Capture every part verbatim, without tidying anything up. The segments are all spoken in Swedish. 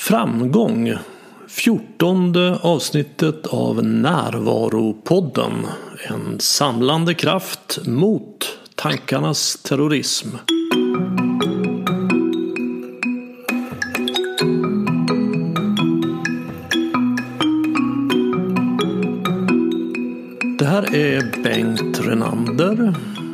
Framgång, fjortonde avsnittet av Närvaropodden. En samlande kraft mot tankarnas terrorism. Det här är Bengt Renander.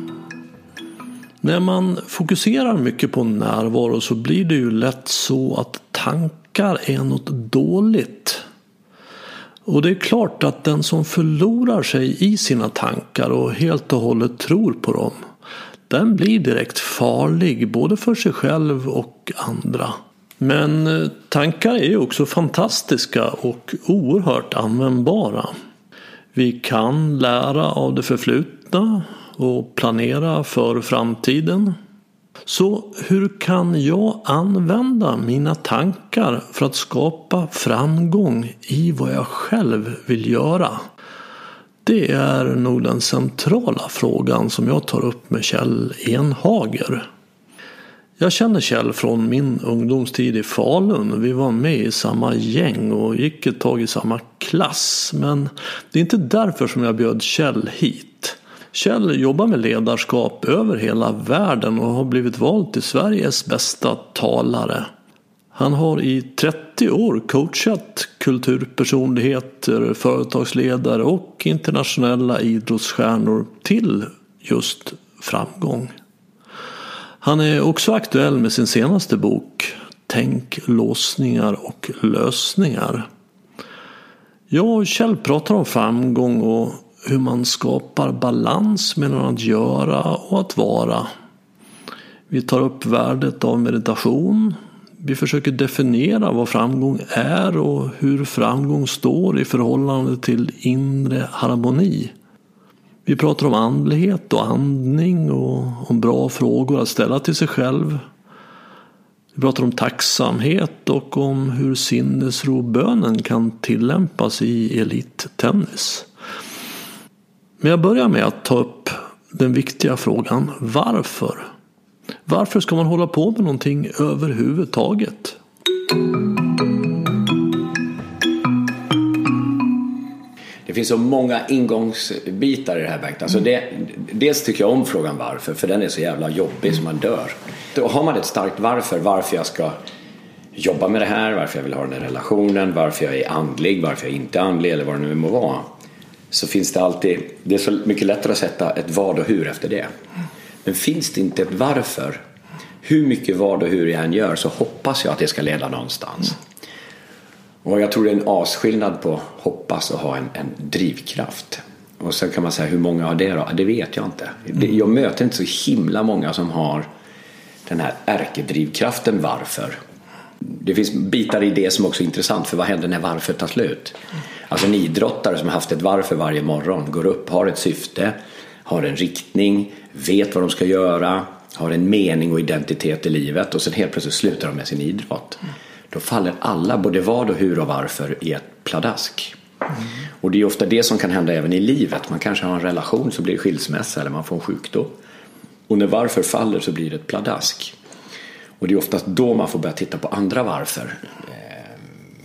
När man fokuserar mycket på närvaro så blir det ju lätt så att tankar är något dåligt. Och det är klart att den som förlorar sig i sina tankar och helt och hållet tror på dem, den blir direkt farlig både för sig själv och andra. Men tankar är ju också fantastiska och oerhört användbara. Vi kan lära av det förflutna och planera för framtiden. Så hur kan jag använda mina tankar för att skapa framgång i vad jag själv vill göra? Det är nog den centrala frågan som jag tar upp med Kjell Enhager. Jag känner Kjell från min ungdomstid i Falun. Vi var med i samma gäng och gick ett tag i samma klass. Men det är inte därför som jag bjöd Kjell hit. Kjell jobbar med ledarskap över hela världen och har blivit vald till Sveriges bästa talare. Han har i trettio år coachat kulturpersonligheter, företagsledare och internationella idrottsstjärnor till just framgång. Han är också aktuell med sin senaste bok Tänk, låsningar och lösningar. Jag och Kjell pratar om framgång och hur man skapar balans mellan att göra och att vara. Vi tar upp värdet av meditation. Vi försöker definiera vad framgång är och hur framgång står i förhållande till inre harmoni. Vi pratar om andlighet och andning och om bra frågor att ställa till sig själv. Vi pratar om tacksamhet och om hur sinnesrobönen kan tillämpas i elittennis. Men jag börjar med att ta upp den viktiga frågan: varför? Varför ska man hålla på med någonting överhuvudtaget? Det finns så många ingångsbitar i det här, Bengt. Alltså det, dels tycker jag om frågan varför, för den är så jävla jobbig som man dör. Då har man ett starkt varför, varför jag ska jobba med det här, varför jag vill ha den här relationen, varför jag är andlig, varför jag inte är andlig eller vad det nu må vara. Så finns det alltid, det är så mycket lättare att sätta ett vad och hur efter det. Men finns det inte ett varför, hur mycket vad och hur jag än gör, så hoppas jag att det ska leda någonstans. Och jag tror det är en asskillnad på hoppas och ha en, en drivkraft. Och sen kan man säga hur många har det då? Det vet jag inte. Mm. Jag möter inte så himla många som har den här ärkedrivkraften varför. Det finns bitar i det som också är intressant, för vad händer när varför tar slut? Alltså en idrottare som har haft ett varför varje morgon, går upp, har ett syfte, har en riktning, vet vad de ska göra, har en mening och identitet i livet, och sen helt plötsligt slutar de med sin idrott. Då faller alla, både vad och hur och varför, i ett pladask. Mm. Och det är ofta det som kan hända även i livet. Man kanske har en relation, så blir det skilsmässa, eller man får en sjukdom. Och när varför faller så blir det ett pladask. Och det är oftast då man får börja titta på andra varför. Eh,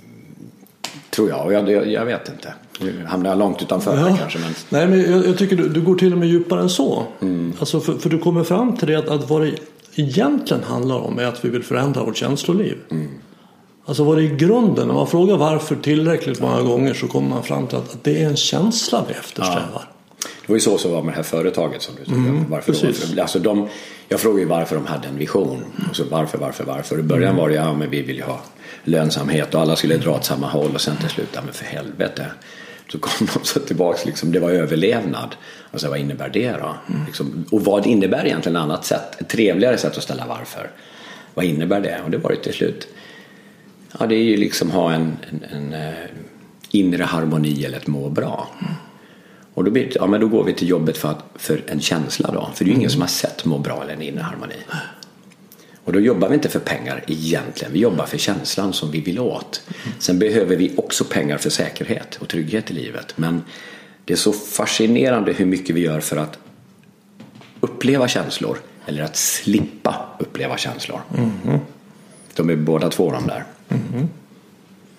tror jag, och jag, jag, jag vet inte. Nu hamnar jag långt utanför ja. kanske. Men... Nej, men jag, jag tycker du, du går till och med djupare än så. Mm. Alltså för, för du kommer fram till det att, att vad det egentligen handlar om är att vi vill förändra vårt känsloliv. Mm. Alltså vad det i grunden, när man frågar varför tillräckligt många gånger, så kommer man fram till att, att det är en känsla vi eftersträvar. Ja. Det var ju så som var med det här företaget som du sa. Mm, varför de, alltså de, jag frågade ju varför de hade en vision. Och så varför, varför, varför. I början var det ja, men vi vill ju ha lönsamhet och alla skulle dra åt samma håll, och sen till slut, ja, men för helvete. Så kom de så tillbaka, liksom, det var överlevnad. Och så vad innebär det då? Mm. Liksom, och vad innebär egentligen ett annat sätt, ett trevligare sätt att ställa varför? Vad innebär det? Och det var det till slut. Ja, det är ju liksom ha en, en, en uh, inre harmoni eller ett må bra. Mm. Och då, blir, ja, men då går vi till jobbet för, att, för en känsla då. För det är ju ingen mm. som har sett må bra eller en inre harmoni. Och då jobbar vi inte för pengar egentligen. Vi jobbar för känslan som vi vill åt. Mm. Sen behöver vi också pengar för säkerhet och trygghet i livet. Men det är så fascinerande hur mycket vi gör för att uppleva känslor. Eller att slippa uppleva känslor. Mm. De är båda två de där. Mm.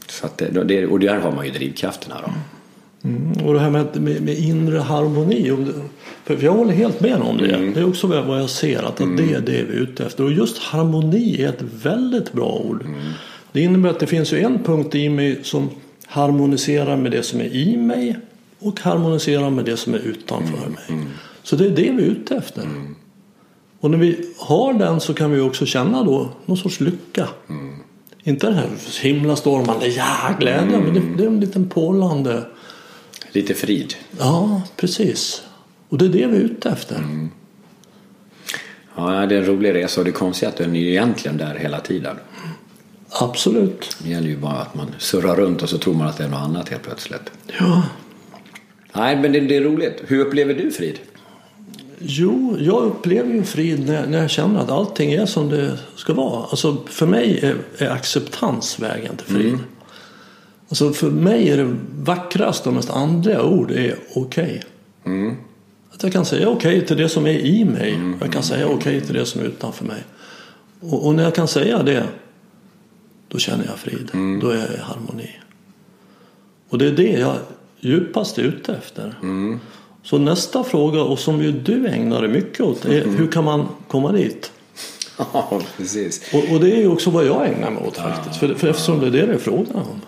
Så att det, det, och där har man ju drivkrafterna då. Mm, och det här med, med, med inre harmoni, för jag håller helt med om det. Mm. Det är också vad jag ser, att mm. det är det vi är ute efter. Och just harmoni är ett väldigt bra ord. Mm. Det innebär att det finns ju en punkt i mig som harmoniserar med det som är i mig och harmoniserar med det som är utanför mm. mig. Mm. Så det är det vi är ute efter. Mm. Och när vi har den så kan vi också känna då någon sorts lycka. Mm. Inte den här himlastormande ja, glädje, mm. men det, det är en liten pålande. Lite frid. Ja, precis. Och det är det vi är ute efter. Mm. Ja, det är en rolig resa och det är konstigt att den är egentligen där hela tiden. Absolut. Det gäller ju bara att man surrar runt och så tror man att det är något annat helt plötsligt. Ja. Nej, men det, det är roligt. Hur upplever du frid? Jo, jag upplever ju frid när, när jag känner att allting är som det ska vara. Alltså för mig är, är acceptans vägen till frid. Mm. Alltså för mig är det vackraste och mest andliga ord är okej. Okay. Mm. Att jag kan säga okej okay till det som är i mig. Mm. Jag kan säga okej okay till det som är utanför mig. Och, och när jag kan säga det, då känner jag frid. Mm. Då är jag i harmoni. Och det är det jag djupast är ute efter. Mm. Så nästa fråga, och som ju du ägnar dig mycket åt, är mm. hur kan man komma dit? Ja, precis. Och, och det är ju också vad jag ägnar mig åt faktiskt. Ja, för, för eftersom det är det det är frågan om.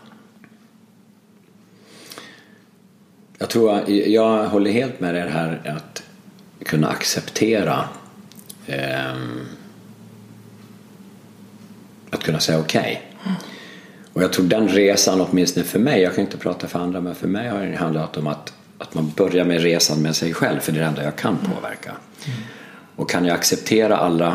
Jag tror jag håller helt med det här att kunna acceptera eh, att kunna säga okej. Okay. Och jag tror den resan, åtminstone för mig, jag kan inte prata för andra, men för mig har det handlat om att, att man börjar med resan med sig själv, för det är det enda jag kan påverka. Mm. Och kan jag acceptera alla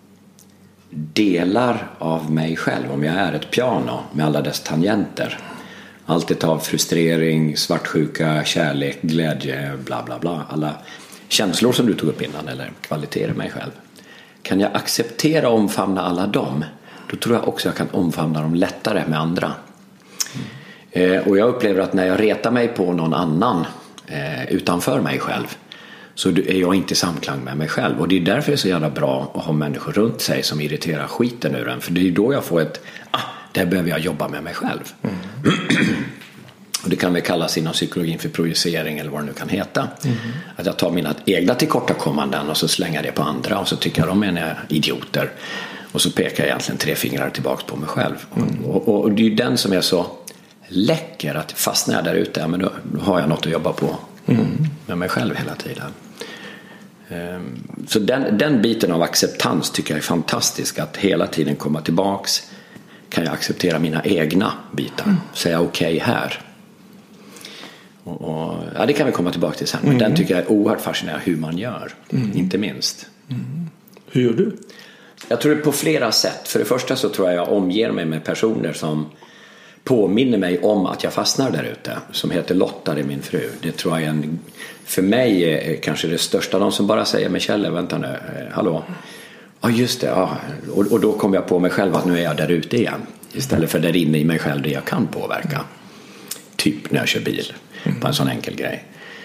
delar av mig själv, om jag är ett piano med alla dess tangenter, allt av frustrering, svartsjuka, kärlek, glädje, bla bla bla, alla känslor som du tog upp innan, eller kvaliteter mig själv. Kan jag acceptera och omfamna alla dem, då tror jag också jag kan omfamna dem lättare med andra. Mm. Eh, och jag upplever att när jag retar mig på någon annan eh, utanför mig själv, så är jag inte i samklang med mig själv. Och det är därför det är så jävla bra att ha människor runt sig som irriterar skiten ur en. För det är då jag får ett, ah, där behöver jag jobba med mig själv. Mm. Och det kan vi kalla inom psykologin för projicering eller vad det nu kan heta. Mm. Att jag tar mina egna tillkortakommanden och så slänger det på andra, och så tycker jag de är idioter. Och så pekar jag egentligen tre fingrar tillbaka på mig själv. Mm. Och, och, och det är ju den som är så läcker, att fastnar jag där ute, men då, då har jag något att jobba på mm. med mig själv hela tiden. Um, så den, den biten av acceptans tycker jag är fantastisk, att hela tiden komma tillbaks. Kan jag acceptera mina egna bitar? Mm. Säga okej okay här. Och, och, ja, det kan vi komma tillbaka till sen. Men mm. den tycker jag är oerhört fascinerande hur man gör. Mm. Inte minst. Mm. Hur gör du? Jag tror det på flera sätt. För det första så tror jag jag omger mig med personer som påminner mig om att jag fastnar där ute. Som heter Lotta, det är min fru. Det tror jag är en, för mig är kanske det största. De som bara säger Michelle, vänta nu, hallå. Ja just det, ja. Och, och då kommer jag på mig själv att nu är jag där ute igen. Istället för där inne i mig själv det jag kan påverka. Typ när jag kör bil. På en sån enkel grej.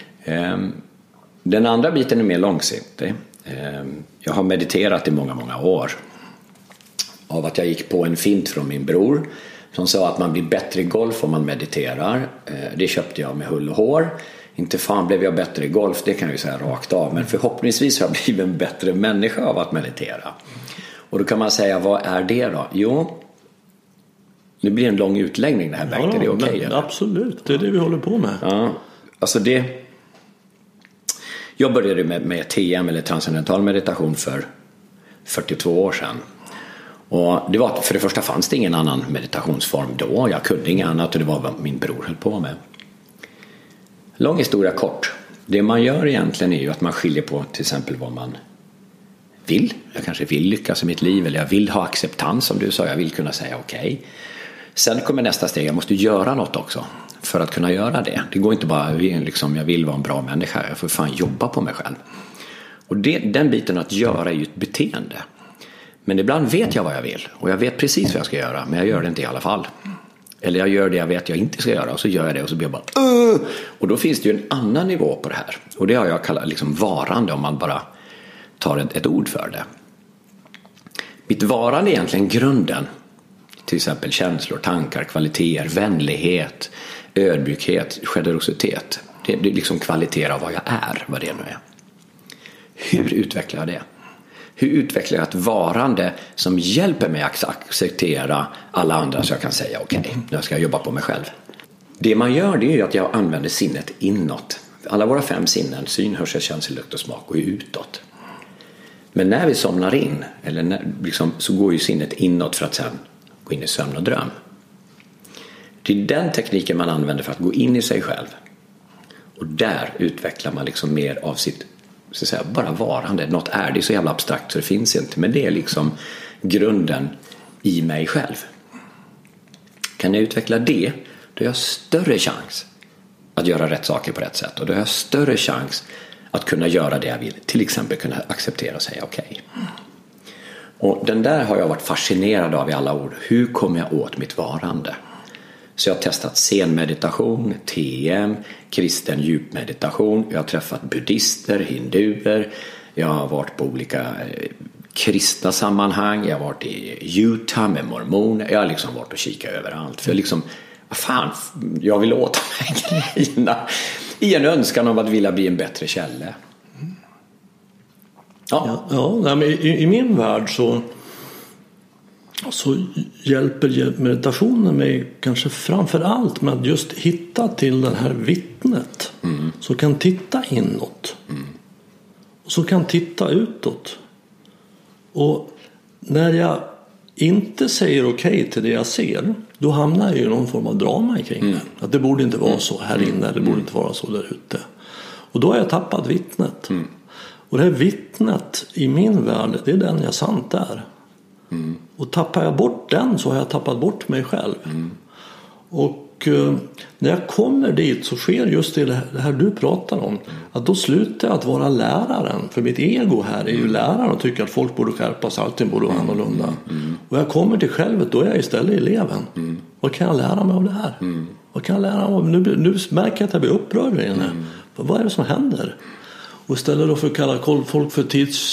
Den andra biten är mer långsiktig. Jag har mediterat i många, många år. Av att jag gick på en fint från min bror som sa att man blir bättre i golf om man mediterar. Det köpte jag med hull och hår. Inte fan blev jag bättre i golf, det kan jag ju säga rakt av. Men förhoppningsvis har jag blivit en bättre människa av att meditera. Och då kan man säga, vad är det då? Jo, det blir en lång utläggning det här, Bengt. Ja, är det okej? Okay, absolut, det är det vi håller på med. Ja, alltså det... Jag började med, med T M eller transcendental meditation för fyrtiotvå år sedan. Och det var, för det första fanns det ingen annan meditationsform då. Jag kunde inget annat och det var vad min bror höll på med. Lång historia kort. Det man gör egentligen är ju att man skiljer på till exempel vad man vill. Jag kanske vill lyckas i mitt liv, eller jag vill ha acceptans som du sa. Jag vill kunna säga okej. Okay. Sen kommer nästa steg. Jag måste göra något också för att kunna göra det. Det går inte bara liksom, jag vill vara en bra människa. Jag får fan jobba på mig själv. Och det, den biten att göra är ju ett beteende. Men ibland vet jag vad jag vill. Och jag vet precis vad jag ska göra. Men jag gör det inte i alla fall. Eller jag gör det jag vet jag inte ska göra. Och så gör jag det och så blir jag bara Åh! Och då finns det ju en annan nivå på det här. Och det har jag kallat liksom varande, om man bara tar ett, ett ord för det. Mitt varande är egentligen grunden Till exempel känslor, tankar, kvaliteter, vänlighet, ödmjukhet, generositet. Det, det är liksom kvaliteter av vad jag är, vad det nu är. Hur utvecklar jag det? Hur utvecklar jag ett varande som hjälper mig att acceptera alla andra så jag kan säga okej, okay, nu ska jag jobba på mig själv. Det man gör, det är ju att jag använder sinnet inåt. Alla våra fem sinnen, syn, hörsel, känsel, lukt och smak, går ju utåt. Men när vi somnar in, eller när, liksom, så går ju sinnet inåt för att sen gå in i sömn och dröm. Det är den tekniken man använder för att gå in i sig själv. Och där utvecklar man liksom mer av sitt, så att säga, bara varande. Något är, det är så jävla abstrakt så det finns inte. Men det är liksom grunden i mig själv. Kan jag utveckla det, då har jag större chans att göra rätt saker på rätt sätt. Och då har jag större chans att kunna göra det jag vill. Till exempel kunna acceptera och säga okej. Okay. Och den där har jag varit fascinerad av i alla ord. Hur kommer jag åt mitt varande? Så jag har testat zenmeditation, T M, kristen djupmeditation. Jag har träffat buddhister, hinduer. Jag har varit på olika kristna sammanhang. Jag har varit i Utah med mormoner. Jag har liksom varit och kikat överallt. För jag liksom, vad fan, jag vill åt de här grejerna. I en önskan om att vilja bli en bättre källa. Ja, ja, ja men i, i min värld så, så hjälper meditationen mig kanske framför allt med att just hitta till det här vittnet. Mm. Så kan titta inåt. Mm. Och så kan titta utåt. Och när jag inte säger okej okay till det jag ser, då hamnar jag i någon form av drama kring mm. det. Att det borde inte vara så här inne, det borde inte vara så där ute. Och då har jag tappat vittnet. Mm. Och det här vittnet i min värld, det är den jag sant är. Mm. Och tappar jag bort den så har jag tappat bort mig själv. Mm. Och eh, när jag kommer dit så sker just det här, det här du pratar om. Att då slutar jag att vara läraren. För mitt ego här är ju läraren och tycker att folk borde skärpa sig, allting borde vara annorlunda. Mm. Och jag kommer till självet, då är jag istället eleven. Mm. Vad kan jag lära mig av det här? Mm. Vad kan jag lära mig av? Nu, nu märker jag att jag blir upprörd inne. Mm. Vad är det som händer? Och istället för att kalla folk för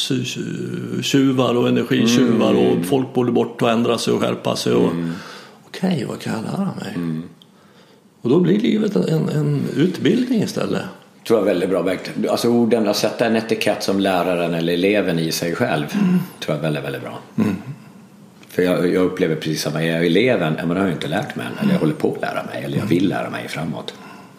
tidstjuvar och energitjuvar mm. och folk borde bort och ändra sig och skärpa sig. Och, mm. Okej, okay, vad kan jag lära mig? Mm. Och då blir livet en, en utbildning istället. Tror jag väldigt bra. Alltså orden att sätta en etikett som läraren eller eleven i sig själv mm. tror jag väldigt, väldigt bra. Mm. För jag, jag upplever precis samma. Jag är eleven, men jag har ju inte lärt mig än. Eller jag håller på att lära mig. Eller jag vill lära mig framåt.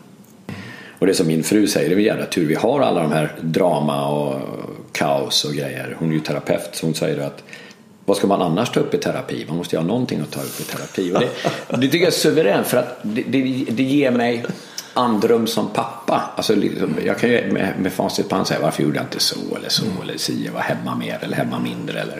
Och det som min fru säger, det är jävla tur. Vi har alla de här drama och kaos och grejer. Hon är ju terapeut, så hon säger att vad ska man annars ta upp i terapi? Man måste ju ha någonting att ta upp i terapi. Och det, det tycker jag är suveränt, för att det, det, det ger mig andrum som pappa. Alltså liksom, jag kan ju med, med facit på hand säga varför gjorde jag inte så eller så mm. eller si. Jag var hemma mer eller hemma mindre. Eller...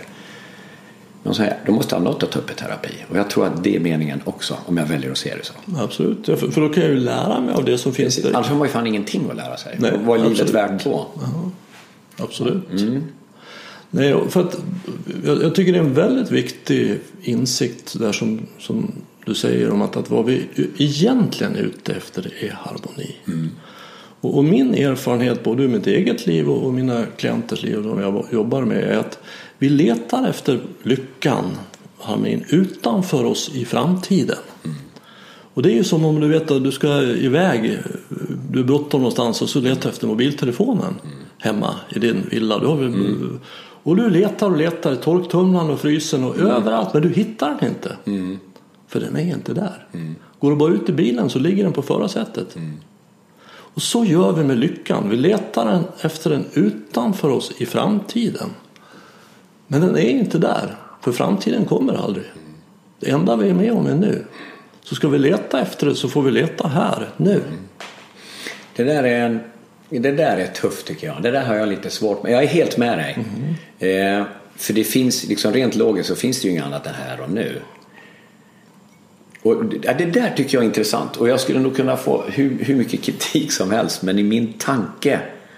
De säger, då måste jag ha något att ta upp i terapi. Och jag tror att det är meningen också, om jag väljer att se det så. Absolut, för, för då kan jag ju lära mig av det som finns där. Annars har man ju fan ingenting att lära sig. Nej, vad är livet värt då? Aha. Absolut. Mm. Nej, för att jag, jag tycker det är en väldigt viktig insikt där som, som du säger om att, att vad vi egentligen är ute efter är harmoni. Mm. Och, och min erfarenhet både i mitt eget liv och, och mina klienters liv och de jag jobbar med är att vi letar efter lyckan, harmonin, utanför oss i framtiden. Mm. Och det är ju som om du vet att du ska iväg, du är bråttom någonstans och så letar efter mobiltelefonen mm. hemma i din villa. Du har väl, mm. Och du letar och letar i torktumlaren och frysen och mm. överallt, men du hittar den inte. Mm. För den är inte där. Mm. Går du bara ut i bilen så ligger den på förarsätet. Mm. Och så gör vi med lyckan. Vi letar den efter den utanför oss i framtiden. Men den är inte där. För framtiden kommer aldrig. Det enda vi är med om är nu. Så ska vi leta efter det så får vi leta här, nu. Mm. Det där är en, det där är tufft tycker jag. Det där har jag lite svårt med. Jag är helt med dig. Mm. Eh, för det finns, liksom rent logiskt så finns det ju inget annat än här och nu. Och det där tycker jag är intressant. Och jag skulle nog kunna få hur, hur mycket kritik som helst. Men i min tanke...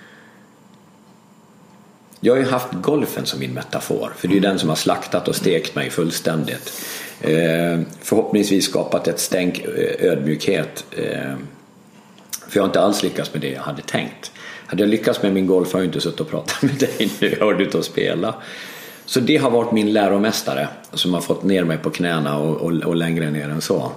Jag har ju haft golfen som min metafor. För det är ju den som har slaktat och stekt mig fullständigt. Eh, förhoppningsvis skapat ett stänk ödmjukhet. Eh, för jag har inte alls lyckats med det jag hade tänkt. Hade jag lyckats med min golf har jag inte suttit och pratat med dig nu. Jag har varit ute och spela. Så det har varit min läromästare som har fått ner mig på knäna och, och, och längre ner än så.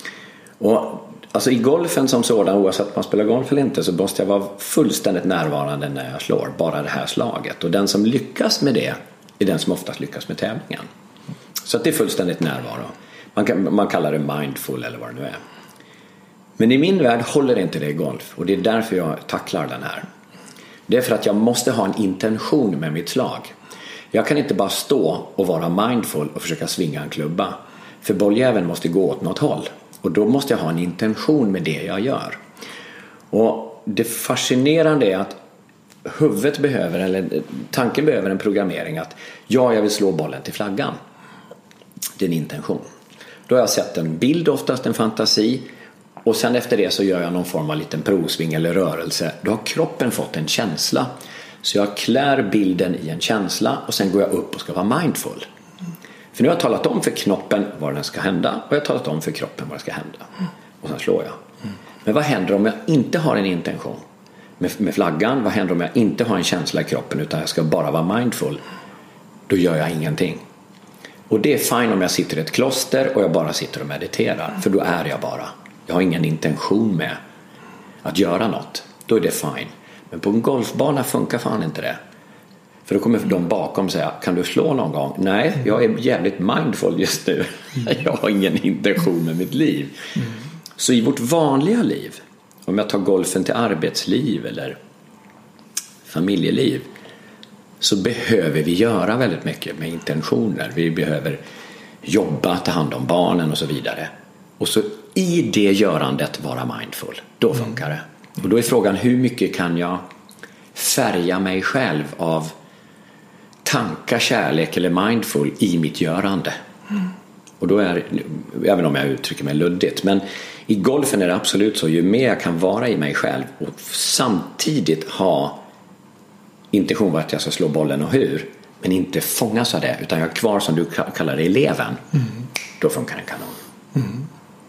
Och alltså i golfen som sådan, oavsett om man spelar golf eller inte, så måste jag vara fullständigt närvarande när jag slår, bara det här slaget. Och den som lyckas med det är den som oftast lyckas med tävlingen. Så att det är fullständigt närvaro. Man, kan, man kallar det mindful eller vad det nu är. Men i min värld håller inte det i golf. Och det är därför jag tacklar den här. Det är för att jag måste ha en intention med mitt slag. Jag kan inte bara stå och vara mindful och försöka svinga en klubba. För bolljäveln måste gå åt något håll. Och då måste jag ha en intention med det jag gör. Och det fascinerande är att huvudet behöver, eller tanken behöver en programmering att ja, jag vill slå bollen till flaggan. Det är en intention. Då har jag sett en bild, oftast en fantasi. Och sen efter det så gör jag någon form av liten provsving eller rörelse. Då har kroppen fått en känsla. Så jag klär bilden i en känsla och sen går jag upp och ska vara mindful. För nu har jag talat om för knoppen vad den ska hända och jag har talat om för kroppen vad det ska hända. Och sen slår jag. Men vad händer om jag inte har en intention med, med flaggan? Vad händer om jag inte har en känsla i kroppen utan jag ska bara vara mindful? Då gör jag ingenting. Och det är fine om jag sitter i ett kloster och jag bara sitter och mediterar. För då är jag bara. Jag har ingen intention med att göra något. Då är det fine. Men på en golfbana funkar fan inte det. För då kommer de bakom och säga, kan du slå någon gång? Nej, jag är jävligt mindful just nu. Jag har ingen intention med mitt liv. Så i vårt vanliga liv, om jag tar golfen till arbetsliv eller familjeliv, så behöver vi göra väldigt mycket med intentioner. Vi behöver jobba, ta hand om barnen och så vidare. Och så i det görandet vara mindful. Då funkar det. Och då är frågan, hur mycket kan jag färga mig själv av tankar, kärlek eller mindful i mitt görande? Mm. Och då är, även om jag uttrycker mig luddigt, men i golfen är det absolut så, ju mer jag kan vara i mig själv och samtidigt ha intention att jag ska slå bollen och hur, men inte fångas av det, utan jag är kvar som du kallar det eleven. Mm. Då funkar en kanon. Mm.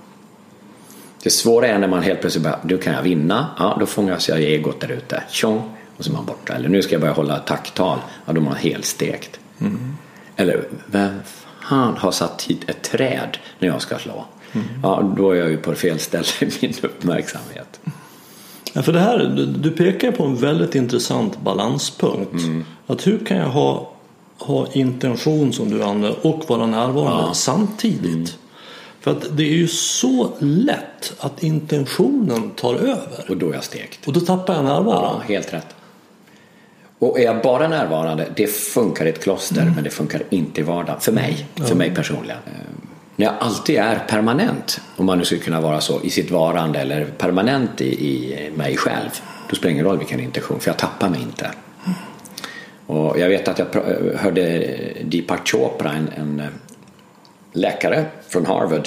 Det svåra är när man helt plötsligt bara, nu kan jag vinna, ja, då fångas jag i egot där ute, tjong, och så är man borta. Eller nu ska jag börja hålla tacktal, ja, då är man helt stekt. Mm. Eller vem fan har satt hit ett träd när jag ska slå? Mm. Ja, då är jag ju på fel ställe i min uppmärksamhet. Ja, för det här, du, du pekar på en väldigt intressant balanspunkt. Mm. Att hur kan jag ha, ha intention som du använder och vara närvarande ja. samtidigt? Mm. För att det är ju så lätt att intentionen tar över. Och då är jag stekt. Och då tappar jag närvaron. Ja, helt rätt. Och är jag bara närvarande, det funkar i ett kloster, mm. men det funkar inte i vardagen. För mig, för mm. mig personligen. När jag alltid är permanent, om man nu skulle kunna vara så i sitt varande eller permanent i, i mig själv, då spelar det ingen roll vilken intention, för jag tappar mig inte. Mm. Och jag vet att jag hörde Deepak Chopra, en, en läkare från Harvard,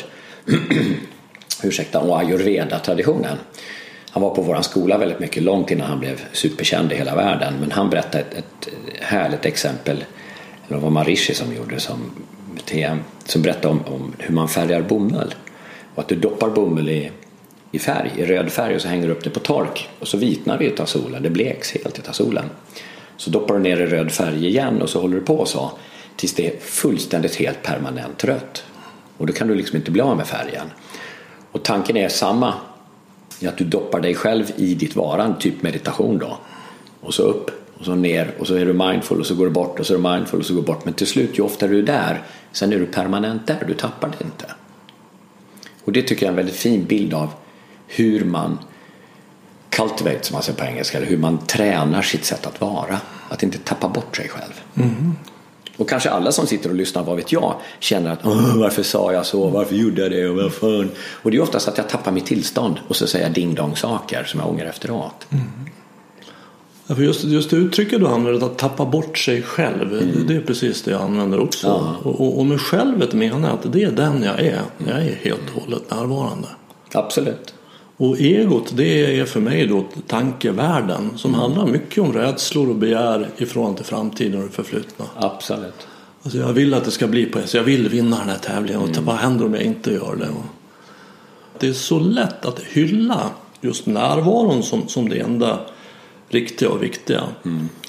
ursäkta, och ayurveda-traditionen. Han var på våran skola väldigt mycket, långt innan han blev superkänd i hela världen. Men han berättade ett, ett härligt exempel, eller var Marishi som gjorde som T M, som berättade om, om hur man färgar bomull. Och att du doppar bomull i, i färg, i röd färg, och så hänger du upp det på tork. Och så vitnar det av solen, det bleks helt av solen. Så doppar du ner i röd färg igen och så håller du på så tills det är fullständigt helt permanent rött. Och då kan du liksom inte bli av med färgen. Och tanken är samma, att du doppar dig själv i ditt varan, typ meditation då. Och så upp och så ner och så är du mindful och så går du bort och så är du mindful och så går du bort. Men till slut, ju oftare du är där, sen är du permanent där, du tappar det inte. Och det tycker jag är en väldigt fin bild av hur man cultivate, som man säger på engelska, eller hur man tränar sitt sätt att vara. Att inte tappa bort sig själv. Mm. Och kanske alla som sitter och lyssnar, vad vet jag, känner att varför sa jag så, varför gjorde jag det och varför? Och det är oftast att jag tappar mitt tillstånd och så säger jag ding-dong saker som jag ångrar efteråt. Mm. Ja, för just, just det uttrycket du använder, att tappa bort sig själv, mm. det är precis det jag använder också. Ja. Och, och, och med självet menar jag att det är den jag är. Jag är helt och hållet närvarande. Absolut. Och egot, det är för mig då tankevärlden som mm. handlar mycket om rädslor och begär ifrån till framtiden och det förflutna. Absolut. Alltså jag vill att det ska bli på det, så jag vill vinna den här tävlingen och mm. vad händer om jag inte gör det? Det är så lätt att hylla just närvaron som, som det enda riktiga och viktiga. Mm.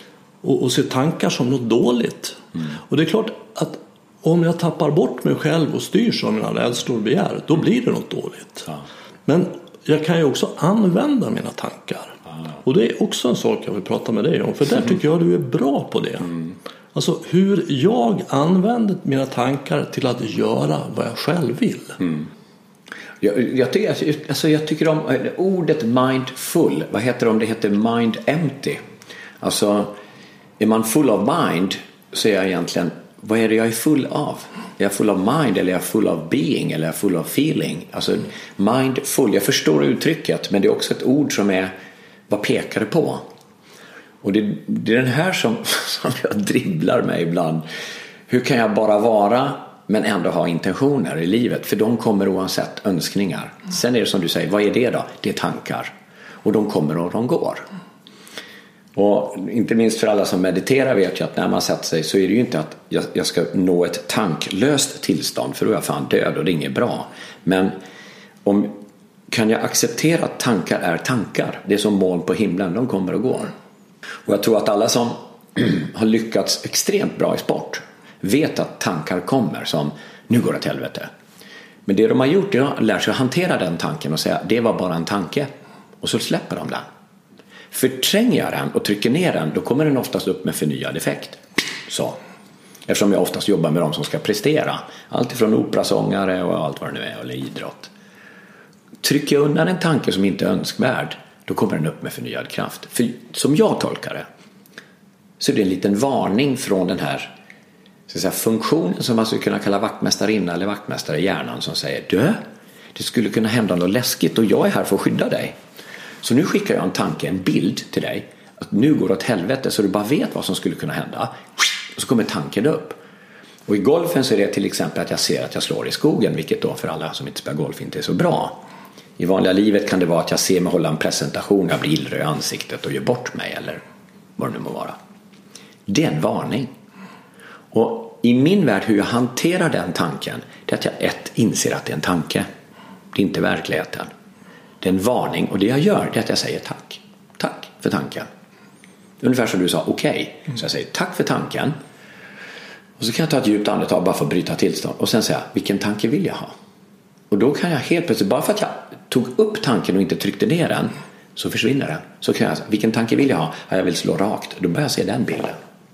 och, och se tankar som något dåligt. Mm. Och det är klart att om jag tappar bort mig själv och styrs av mina rädslor och begär, då blir det något dåligt. Ja. Men jag kan ju också använda mina tankar. Ja. Och det är också en sak jag vill prata med dig om. För där tycker jag du är bra på det. Mm. Alltså hur jag använder mina tankar till att göra vad jag själv vill. Mm. Jag, jag, tycker, alltså jag tycker om ordet mindful. Vad heter det om det heter mind empty? Alltså är man full of mind så är jag egentligen, vad är det jag är full av? Är jag full of mind eller är jag full of being eller är jag full of feeling? Alltså mindful, jag förstår uttrycket, men det är också ett ord som är, vad pekar det på? Och det, det är den här som, som jag dribblar med ibland. Hur kan jag bara vara men ändå ha intentioner i livet? För de kommer oavsett önskningar. Sen är det som du säger, vad är det då? Det är tankar. Och de kommer och de går. Och inte minst för alla som mediterar vet jag att när man sätter sig så är det ju inte att jag, jag ska nå ett tanklöst tillstånd, för då är jag fan död och det är inget bra. Men om, kan jag acceptera att tankar är tankar? Det är som moln på himlen, de kommer och går. Och jag tror att alla som har lyckats extremt bra i sport vet att tankar kommer som, nu går det till helvete. Men det de har gjort är att lära sig att hantera den tanken och säga, det var bara en tanke. Och så släpper de den. Förtränger jag den och trycker ner den, då kommer den oftast upp med förnyad effekt. Så. Eftersom jag oftast jobbar med de som ska prestera. Allt ifrån operasångare och allt vad det nu är, eller idrott. Trycker jag undan en tanke som inte är önskvärd, då kommer den upp med förnyad kraft. För som jag tolkar det så är det en liten varning från den här, så att säga, funktionen som man skulle kunna kalla vaktmästarinna eller vaktmästare i hjärnan, som säger, du, det skulle kunna hända något läskigt och jag är här för att skydda dig. Så nu skickar jag en tanke, en bild till dig, att nu går det åt helvete, så du bara vet vad som skulle kunna hända. Och så kommer tanken upp. Och i golfen så är det till exempel att jag ser att jag slår i skogen, vilket då för alla som inte spelar golf inte är så bra. I vanliga livet kan det vara att jag ser mig hålla en presentation, jag blir illröd i ansiktet och gör bort mig eller vad det nu må vara. Det är en varning. Och i min värld, hur jag hanterar den tanken, det är att jag ett inser att det är en tanke. Det är inte verkligheten. Det är en varning, och det jag gör det är att jag säger tack. Tack för tanken. Ungefär som du sa, okej. Okay. Så jag säger tack för tanken. Och så kan jag ta ett djupt andetag bara för att bryta tillstånd. Och sen säga, vilken tanke vill jag ha? Och då kan jag helt plötsligt, bara för att jag tog upp tanken och inte tryckte ner den, så försvinner den. Så kan jag säga, vilken tanke vill jag ha? Jag vill slå rakt. Då börjar jag se den bilden.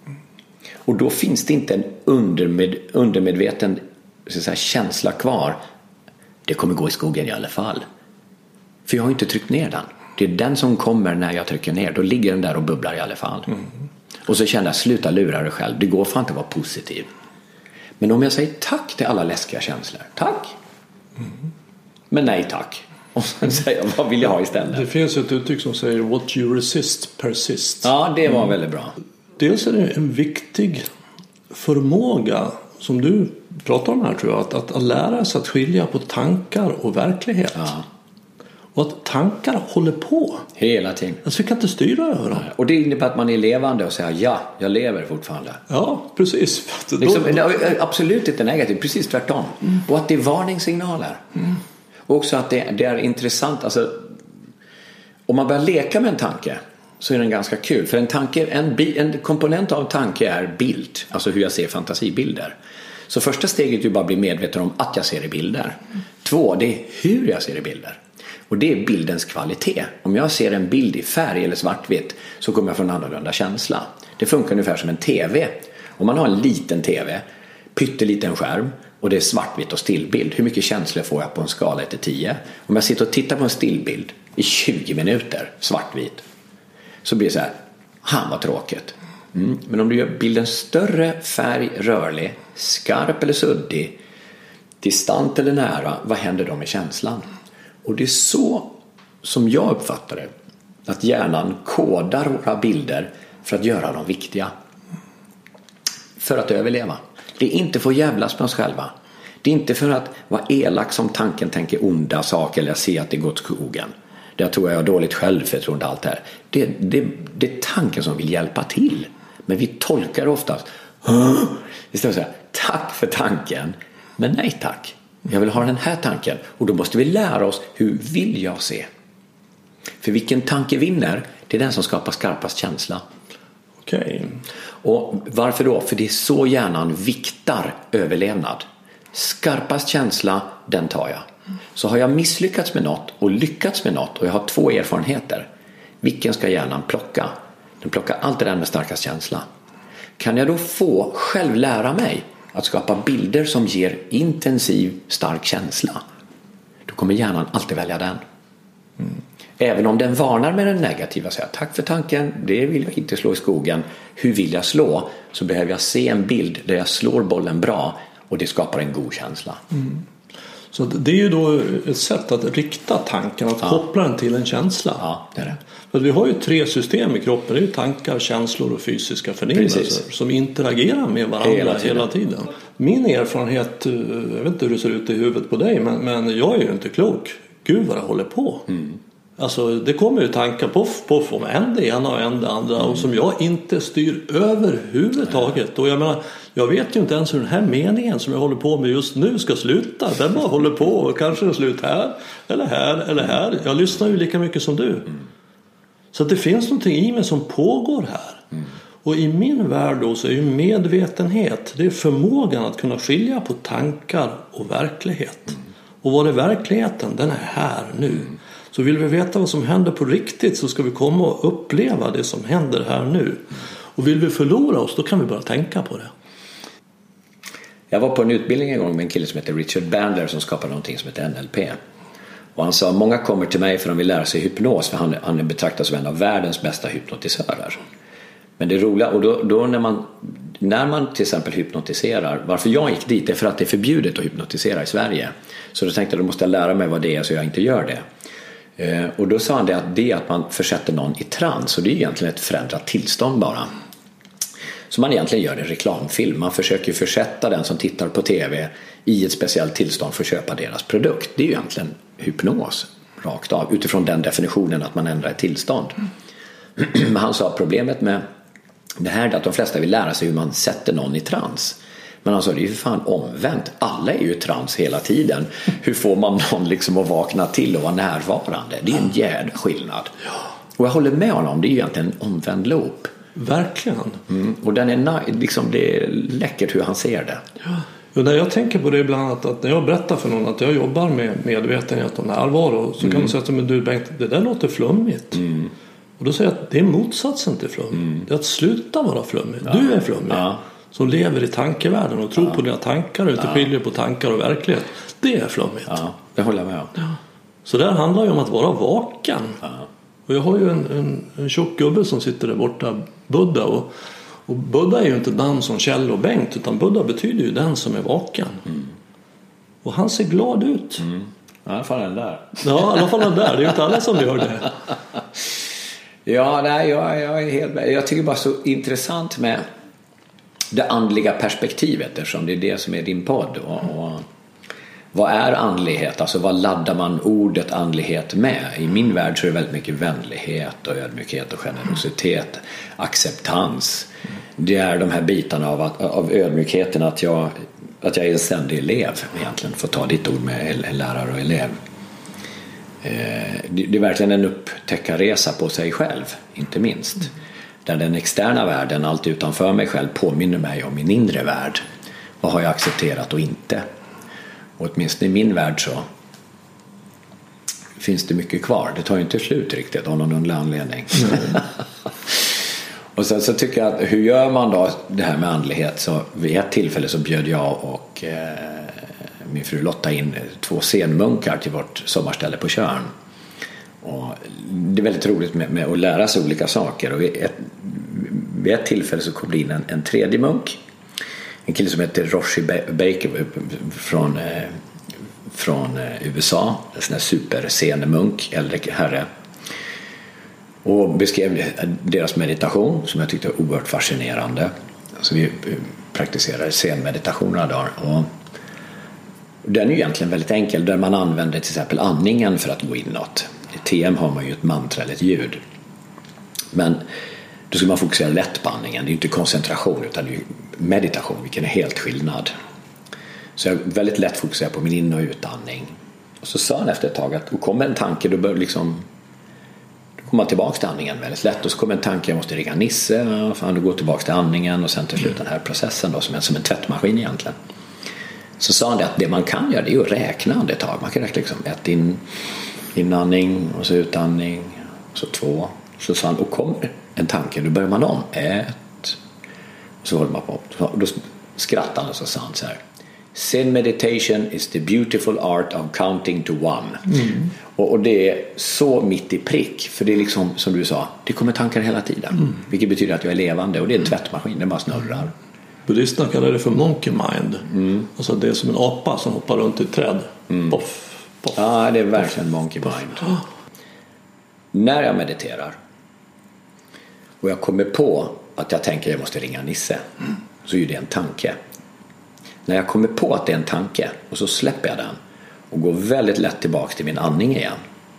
Och då finns det inte en undermed, undermedveten så att säga, känsla kvar. Det kommer gå i skogen i alla fall. För jag har inte tryckt ner den. Det är den som kommer när jag trycker ner. Då ligger den där och bubblar i alla fall. Mm. Och så känner jag, sluta lura dig själv. Det går fan inte att vara positiv. Men om jag säger tack till alla läskiga känslor. Tack. Mm. Men nej tack. Och sen säger jag, vad vill jag ha istället? Det finns ett uttryck som säger, what you resist persists. Ja, det var mm. väldigt bra. Dels är det en viktig förmåga som du pratar om här, tror jag. Att, att, att lära sig att skilja på tankar och verklighet. Ja. Och att tankar håller på. Hela tiden. Alltså vi kan inte styra över dem. Och det innebär att man är levande och säger, ja, jag lever fortfarande. Ja, precis. Liksom, absolut inte negativt, precis tvärtom. Mm. Och att det är varningssignaler. Mm. Och också att det, det är intressant. Alltså, om man börjar leka med en tanke så är den ganska kul. För en, tanke, en, en komponent av en tanke är bild. Alltså hur jag ser fantasibilder. Så första steget är ju bara att bli medveten om att jag ser i bilder. Mm. Två, det är hur jag ser i bilder. Och det är bildens kvalitet. Om jag ser en bild i färg eller svartvitt så kommer jag få en annorlunda känsla. Det funkar ungefär som en tv. Om man har en liten tv, pytteliten skärm och det är svartvitt och stillbild. Hur mycket känslor får jag på en skala ett till tio? Om jag sitter och tittar på en stillbild i tjugo minuter, svartvit, så blir det så här, han var tråkigt. Mm. Men om du gör bilden större, färg, rörlig, skarp eller suddig, distant eller nära, vad händer då med känslan? Och det är så som jag uppfattar det, att hjärnan kodar våra bilder för att göra dem viktiga. För att överleva. Det är inte för att jävlas med oss själva. Det är inte för att vara elak som tanken tänker onda saker eller se att det går åt skogen. Det tror jag är dåligt självförtroende allt det här. Det, det, det är tanken som vill hjälpa till. Men vi tolkar oftast, istället för att säga tack för tanken, men nej tack. Jag vill ha den här tanken. Och då måste vi lära oss, hur vill jag se? För vilken tanke vinner, det är den som skapar skarpast känsla. Okej. Okay. Och varför då? För det är så hjärnan viktar överlevnad. Skarpast känsla, den tar jag. Så har jag misslyckats med något och lyckats med något och jag har två erfarenheter. Vilken ska hjärnan plocka? Den plockar alltid den med starkast känsla. Kan jag då få själv lära mig att skapa bilder som ger intensiv, stark känsla, då kommer hjärnan alltid välja den. Mm. Även om den varnar med den negativa, säger tack för tanken, det vill jag inte slå i skogen. Hur vill jag slå? Så behöver jag se en bild där jag slår bollen bra och det skapar en god känsla. Mm. Så det är ju då ett sätt att rikta tanken, att ja. koppla den till en känsla. Ja, det är det. För vi har ju tre system i kroppen, det är ju tankar, känslor och fysiska förnimmelser som interagerar med varandra hela tiden. hela tiden. Min erfarenhet, jag vet inte hur det ser ut i huvudet på dig, men, men jag är ju inte klok. Gud vad det håller på. Mm. Alltså det kommer ju tankar poff, poff om en det ena och en det andra mm. och som jag inte styr överhuvudtaget. Och jag menar, jag vet ju inte ens hur den här meningen som jag håller på med just nu ska sluta. Den bara håller på och kanske är slut här eller här eller här. Jag lyssnar ju lika mycket som du. Mm. Så att det finns någonting i mig som pågår här. Mm. Och i min värld då så är ju medvetenhet, det är förmågan att kunna skilja på tankar och verklighet. Mm. Och vad är verkligheten? Den är här nu. Mm. Så vill vi veta vad som händer på riktigt så ska vi komma och uppleva det som händer här nu. Mm. Och vill vi förlora oss, då kan vi bara tänka på det. Jag var på en utbildning en gång med en kille som heter Richard Bandler som skapade någonting som heter N L P. Och han sa att många kommer till mig för att de vill lära sig hypnos, för han, han betraktas som en av världens bästa hypnotisörer. Men det roliga, och då, då när, man, när man till exempel hypnotiserar, varför jag gick dit är för att det är förbjudet att hypnotisera i Sverige. Så då tänkte jag, då måste jag lära mig vad det är så jag inte gör det. Eh, och då sa han det att det är att man försätter någon i trans, och det är egentligen ett förändrat tillstånd bara. Så man egentligen gör en reklamfilm. Man försöker försätta den som tittar på tv i ett speciellt tillstånd för att köpa deras produkt. Det är ju egentligen hypnos rakt av, utifrån den definitionen att man ändrar ett tillstånd. Men han sa att problemet med det här är att de flesta vill lära sig hur man sätter någon i trans. Men han sa, det är ju för fan omvänt. Alla är ju i trans hela tiden. Hur får man någon liksom att vakna till och vara närvarande? Det är en jävla skillnad. Och jag håller med honom, det är ju egentligen en omvänd loop. Verkligen. Mm. Och den är liksom, det är läckert hur han ser det. Ja. Och när jag tänker på det ibland att, att när jag berättar för någon att jag jobbar med medvetenhet och närvaro, så mm. kan man säga att men du Bengt, det där låter flummigt. Mm. Och då säger jag att det är motsatsen till flum. Mm. Det är att sluta vara flummig. Ja. Du är flummig. Ja. Som lever i tankevärlden och tror ja. på dina tankar och inte ja. skiljer på tankar och verklighet. Det är flummigt. Ja, det håller jag med om. Ja. Så där handlar ju om att vara vaken. Ja. Och jag har ju en, en, en tjock gubbe som sitter där borta, Buddha. Och, och Buddha är ju inte namn som Kjell och Bengt, utan Buddha betyder ju den som är vaken. Mm. Och han ser glad ut. Mm. Ja, i alla fall den där. Ja, i alla fall den där. Det är ju inte alla som gör det. Ja, nej, jag, jag är helt med. Jag tycker bara så intressant med det andliga perspektivet, eftersom det är det som är din podd. Och, och vad är andlighet? Alltså vad laddar man ordet andlighet med? I min värld så är det väldigt mycket vänlighet och ödmjukhet och generositet, acceptans. Det är de här bitarna av, att, av ödmjukheten, att jag, att jag är en ständig elev egentligen, för att ta ditt ord med lärare och elev. Det är verkligen en upptäckarresa på sig själv, inte minst. Där den externa världen, allt utanför mig själv, påminner mig om min inre värld. Vad har jag accepterat och inte? Och åtminstone i min värld så finns det mycket kvar. Det tar ju inte slut riktigt av någon underlig anledning. Mm. Och sen så tycker jag att, hur gör man då det här med andlighet? Så vid ett tillfälle så bjöd jag och eh, min fru Lotta in två scenmunkar till vårt sommarställe på Tjörn. Och det är väldigt roligt med, med att lära sig olika saker. Och vid ett, vid ett tillfälle så kom det in en, en tredje munk. En kille som heter Roshi Baker från, eh, från eh, U S A. En sån här superscenemunk, äldre herre. Och beskrev deras meditation som jag tyckte var oerhört fascinerande. Så vi praktiserade scenmeditation några dagar. Och den är ju egentligen väldigt enkel, där man använder till exempel andningen för att gå inåt. I T M har man ju ett mantra eller ett ljud. Men då ska man fokusera lätt på andningen. Det är ju inte koncentration utan det är meditation, vilken är helt skillnad. Så jag väldigt lätt fokuserar på min in- och utandning. Och så sa han efter ett tag att och kommer en tanke, då bör liksom kommer man tillbaka till andningen väldigt lätt. Och så kommer en tanke, jag måste ringa Nisse. Fan, du går tillbaka till andningen och sen till slut den här processen då, som är som en tvättmaskin egentligen. Så sa han det att det man kan göra, det är att räkna andetag. Man kan räkna liksom ett in, inandning och så utandning och så två. Så sa han, och kommer en tanke, då börjar man om. Ett. Och så håller man på. Och då skrattade han och så sa han så här: Zen meditation is the beautiful art of counting to one. Mm. Och, och det är så mitt i prick. För det är liksom, som du sa, det kommer tankar hela tiden. Mm. Vilket betyder att jag är levande. Och det är en tvättmaskin, den bara snurrar. Buddhisterna kallar det för monkey mind. Mm. Alltså det är som en apa som hoppar runt i ett träd. Mm. Poff, poff, ja, det är verkligen poff, monkey poff. mind. Oh. När jag mediterar och jag kommer på att jag tänker att jag måste ringa Nisse, mm. så är det en tanke. När jag kommer på att det är en tanke och så släpper jag den och går väldigt lätt tillbaka till min andning igen.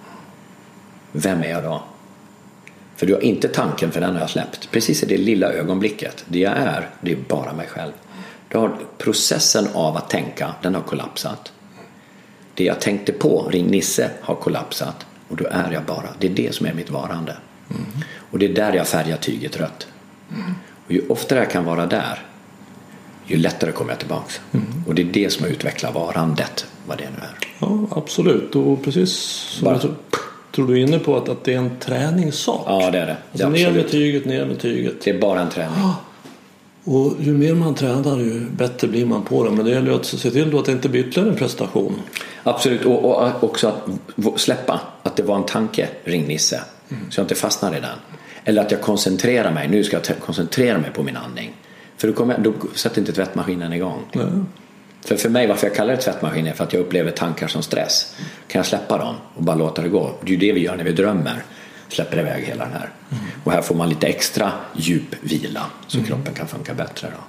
Vem är jag då? För du har inte tanken, för den har jag släppt. Precis i det lilla ögonblicket. Det jag är, det är bara mig själv. Då har processen av att tänka, den har kollapsat. Det jag tänkte på, ring Nisse, har kollapsat. Och då är jag bara. Det är det som är mitt varande. Mm. Och det är där jag färgar tyget rött. Mm. Och ju oftare jag kan vara där, ju lättare kommer jag tillbaka. Mm. Och det är det som utvecklar varandet, vad det nu är. Ja, absolut. Och precis som bara, jag tror du är inne på att, att det är en träningssak. Ja, det är det. Alltså det är ner med tyget, ner med tyget. Det är bara en träning. Ah. Och ju mer man tränar, ju bättre blir man på det. Men det gäller ju att se till då att det inte blir ytterligare en prestation. Absolut. Och, och också att släppa att det var en tanke, ring Nisse. Mm. Så jag inte fastnar i den. Eller att jag koncentrerar mig. Nu ska jag koncentrera mig på min andning. För då, kommer jag, då sätter inte tvättmaskinen igång. Mm. För för mig, varför jag kallar det tvättmaskin är för att jag upplever tankar som stress. Kan jag släppa dem och bara låta det gå? Det är ju det vi gör när vi drömmer. Släpper iväg hela den här. Mm. Och här får man lite extra djup vila. Så mm. kroppen kan funka bättre då.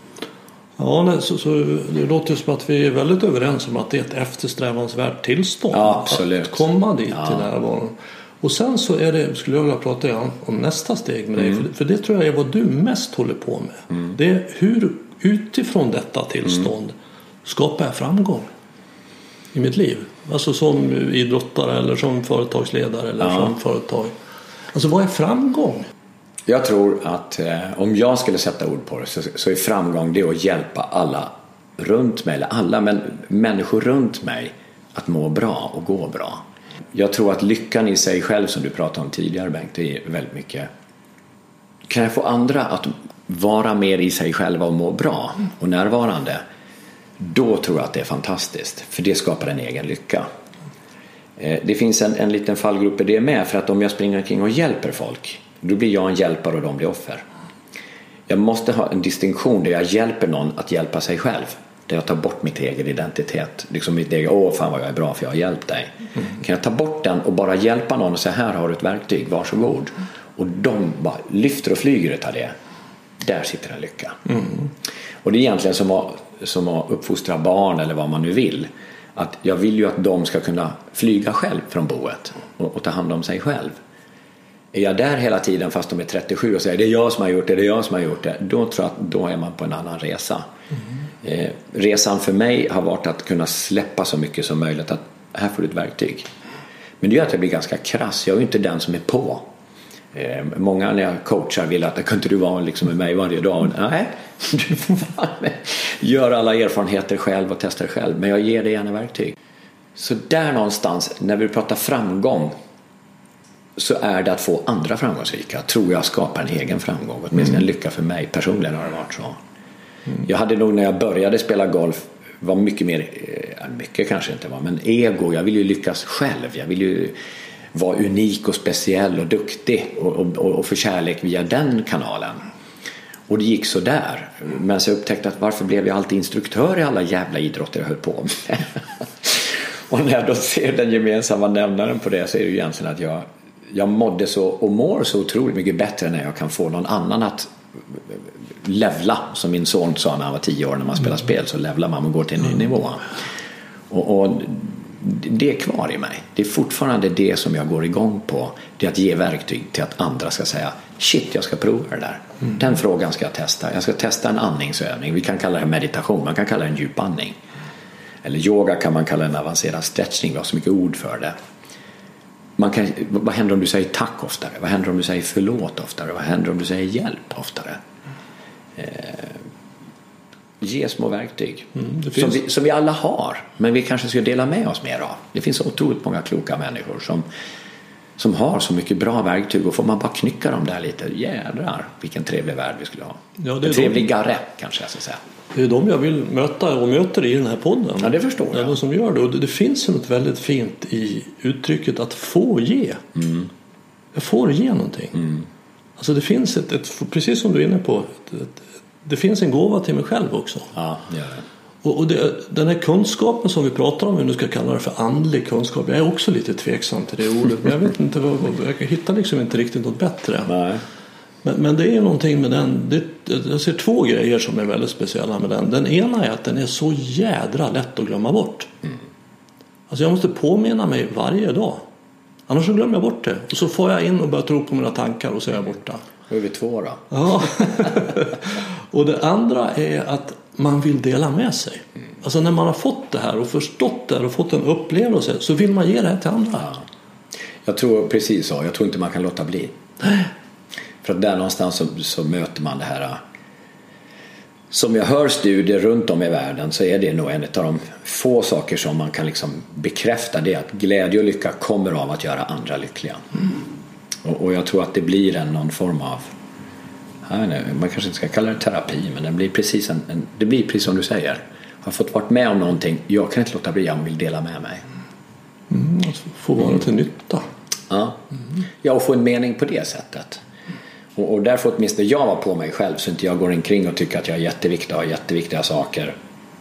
Ja, så, så det låter som att vi är väldigt överens om att det är ett eftersträvansvärt tillstånd. Ja, absolut. Att komma dit ja. till närvaron. Och sen så är det, skulle jag vilja prata om nästa steg med dig. Mm. För, för det tror jag är vad du mest håller på med. Mm. Det är hur utifrån detta tillstånd mm. skapar jag framgång i mitt liv. Alltså som idrottare eller som företagsledare eller ja. som företag. Alltså vad är framgång? Jag tror att eh, om jag skulle sätta ord på det så, så är framgång det att hjälpa alla runt mig, eller alla men människor runt mig att må bra och gå bra. Jag tror att lyckan i sig själv, som du pratade om tidigare Bengt, det är väldigt mycket. Kan jag få andra att vara mer i sig själva och må bra och närvarande, då tror jag att det är fantastiskt. För det skapar en egen lycka. Det finns en, en liten fallgrupp i det med. För att om jag springer omkring och hjälper folk, då blir jag en hjälpare och de blir offer. Jag måste ha en distinktion där jag hjälper någon att hjälpa sig själv. Där jag tar bort mitt egen identitet. Liksom mitt egen, åh fan vad jag är bra för jag har hjälpt dig. Mm. Kan jag ta bort den och bara hjälpa någon och säga, här har du ett verktyg, varsågod. Och de bara lyfter och flyger utav det. Där sitter en lycka. Mm. Och det är egentligen som att, som att uppfostra barn eller vad man nu vill. Att jag vill ju att de ska kunna flyga själv från boet och, och ta hand om sig själv. Är jag där hela tiden fast de är trettiosju och säger det är jag som har gjort det, det är jag som har gjort det, då tror jag att då är man på en annan resa. Mm. Eh, resan för mig har varit att kunna släppa så mycket som möjligt, att här får du ett verktyg. Men det gör att jag blir ganska krass. Jag är ju inte den som är på. Eh, många när jag coachar vill att kan inte du vara liksom med mig varje dag. Nej, du får vara med. Gör alla erfarenheter själv och testa det själv. Men jag ger dig gärna verktyg. Så där någonstans, när vi pratar framgång, så är det att få andra framgångsrika, tror jag, skapar en egen framgång. Åtminstone mm. en lycka för mig personligen har det varit så. Mm. Jag hade nog när jag började spela golf var mycket mer, mycket kanske inte var, men ego. Jag vill ju lyckas själv. Jag vill ju vara unik och speciell och duktig och, och, och få kärlek via den kanalen. Och det gick så där. Men så upptäckte jag att varför blev jag alltid instruktör i alla jävla idrotter jag höll på med? Och när jag då ser den gemensamma nämnaren på det, så är det ju egentligen att jag jag mådde så och mår så otroligt mycket bättre när jag kan få någon annan att levla, som min son sa när han var tio år, när man spelar spel så levlar man och går till en ny nivå. Och, och det är kvar i mig. Det är fortfarande det som jag går igång på, det är att ge verktyg till att andra ska säga shit, jag ska prova det där. Mm. Den frågan ska jag testa. Jag ska testa en andningsövning. Vi kan kalla det meditation, man kan kalla det en djupandning. Eller yoga kan man kalla en avancerad stretchning, vi har så mycket ord för det. man kan, vad händer om du säger tack oftare? Vad händer om du säger förlåt oftare? Vad händer om du säger hjälp oftare? Eh, ge små verktyg mm, finns... som, vi, som vi alla har, men vi kanske ska dela med oss mer av. Det finns otroligt många kloka människor som, som har så mycket bra verktyg, och får man bara knycka dem där lite, jädrar vilken trevlig värld vi skulle ha. Ja, det är trevligare de... kanske jag ska säga. Det är de jag vill möta och möter i den här podden. Ja, det förstår jag. De som gör det. Och det finns ju något väldigt fint i uttrycket att få ge. Mm. Jag får ge någonting. Mm. Alltså det finns ett, ett, precis som du är inne på, ett, ett, det finns en gåva till mig själv också. Ja, ja, ja. Och, och det, den här kunskapen som vi pratar om, om du ska kalla det för andlig kunskap, jag är också lite tveksam till det ordet, men jag vet inte vad, jag hittar liksom inte riktigt något bättre. Nej. Men, men det är ju någonting med den, det, jag ser två grejer som är väldigt speciella med den. Den ena är att den är så jädra lätt att glömma bort. Mm. Alltså jag måste påminna mig varje dag. Annars så glömmer jag bort det. Och så får jag in och börjar tro på mina tankar och så är jag borta. Då är vi två då. Ja. Och det andra är att man vill dela med sig. Mm. Alltså när man har fått det här och förstått det här och fått en upplevelse, så vill man ge det här till andra. Ja. Jag tror precis så. Jag tror inte man kan låta bli. Nej. För att där någonstans så, så möter man det här. Som jag hör studier runt om i världen, så är det nog en av de få saker som man kan liksom bekräfta, det att glädje och lycka kommer av att göra andra lyckliga. Mm. Och, och jag tror att det blir en någon form av, nej, man kanske inte ska kalla det terapi, men det blir precis, en, en, det blir precis som du säger. Jag har fått varit med om någonting, jag kan inte låta bli, jag vill dela med mig. Mm, alltså få vara till nytta. Ja. Mm. Ja, och få en mening på det sättet. Och, och därför åtminstone jag var på mig själv, så inte jag går omkring och tycker att jag är jätteviktig och har jätteviktiga saker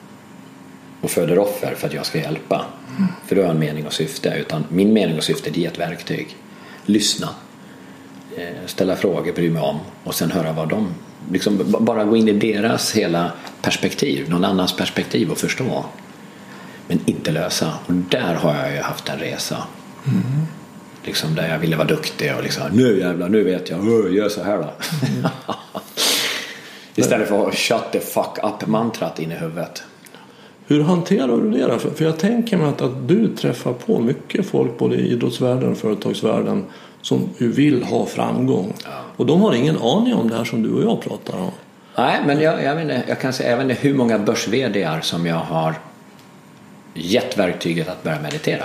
och föder offer för att jag ska hjälpa. Mm. För då har jag en mening och syfte, utan min mening och syfte är ett verktyg. Lyssna, ställa frågor, bry mig om, och sen höra vad de, liksom bara gå in i deras hela perspektiv, någon annans perspektiv, och förstå, men inte lösa. Och där har jag ju haft en resa. Mm. Liksom där jag ville vara duktig och liksom, nu jävlar, nu vet jag, oh, gör så här då. Mm. Istället för att shut the fuck up mantrat in i huvudet. Hur hanterar du det då? För jag tänker mig att, att du träffar på mycket folk både i idrottsvärlden och företagsvärlden som ju vill ha framgång. Ja. Och de har ingen aning om det här som du och jag pratar om. Nej, men jag, jag, menar, jag kan säga även hur många börs-vd:ar som jag har gett verktyget att börja meditera.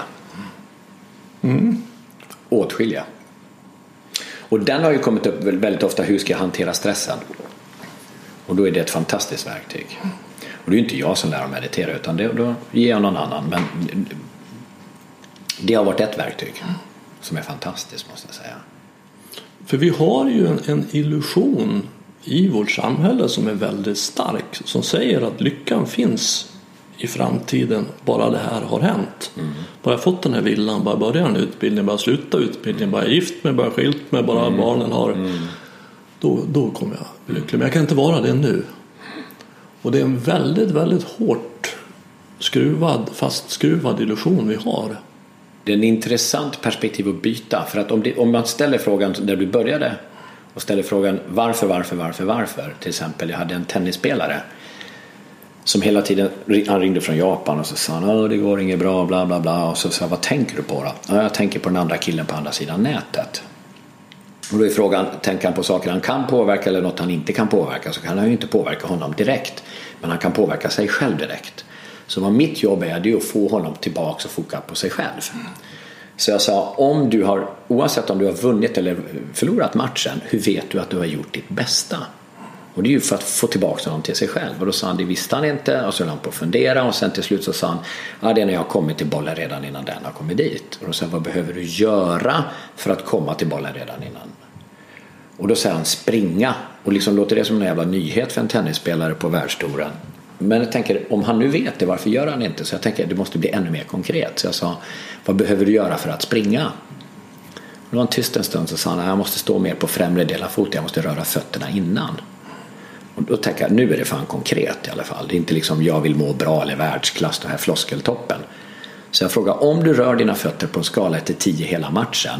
Mm. Åtskilliga. Och den har ju kommit upp väldigt ofta, hur ska jag hantera stressen? Och då är det ett fantastiskt verktyg. Och det är ju inte jag som lär att meditera, utan det, då ger jag någon annan. Men det har varit ett verktyg som är fantastiskt, måste jag säga. För vi har ju en, en illusion i vårt samhälle som är väldigt stark, som säger att lyckan finns i framtiden, bara det här har hänt. Mm. Bara jag fått den här villan, bara börja en utbildning, bara sluta utbildning, bara gift med, bara skilt med, bara mm. barnen har mm. då, då kommer jag bli lycklig. Men jag kan inte vara det nu. Och det är en väldigt, väldigt hårt skruvad, fastskruvad illusion vi har. Det är en intressant perspektiv att byta. För att om, det, om man ställer frågan där du började och ställer frågan varför, varför, varför, varför. Till exempel, jag hade en tennisspelare som hela tiden, han ringde från Japan och så sa han, det går inget bra, bla bla bla. Och så sa, vad tänker du på då? Ja, jag tänker på den andra killen på andra sidan nätet. Och då är frågan, tänker han på saker han kan påverka eller något han inte kan påverka, så kan han ju inte påverka honom direkt. Men han kan påverka sig själv direkt. Så vad mitt jobb är, det är att få honom tillbaka och fokusera på sig själv. Så jag sa, om du har, oavsett om du har vunnit eller förlorat matchen, hur vet du att du har gjort ditt bästa? Och det är ju för att få tillbaka honom till sig själv. Och då sa han, det visste han inte. Och så höll han på att fundera. Och sen till slut så sa han, ja, det är när jag har kommit till bollen redan innan den har kommit dit. Och då sa han, vad behöver du göra för att komma till bollen redan innan? Och då säger han, springa. Och liksom låter det som en jävla nyhet för en tennisspelare på världstouren. Men jag tänker, om han nu vet det, varför gör han inte? Så jag tänker, det måste bli ännu mer konkret. Så jag sa, vad behöver du göra för att springa? Och då var han tyst en stund, så sa han, jag måste stå mer på främre del av foten. Jag måste röra fötterna innan. Och då tänker jag, nu är det fan konkret i alla fall. Det är inte liksom jag vill må bra eller världsklass, det här floskeltoppen. Så jag frågar, om du rör dina fötter på en skala till tio hela matchen,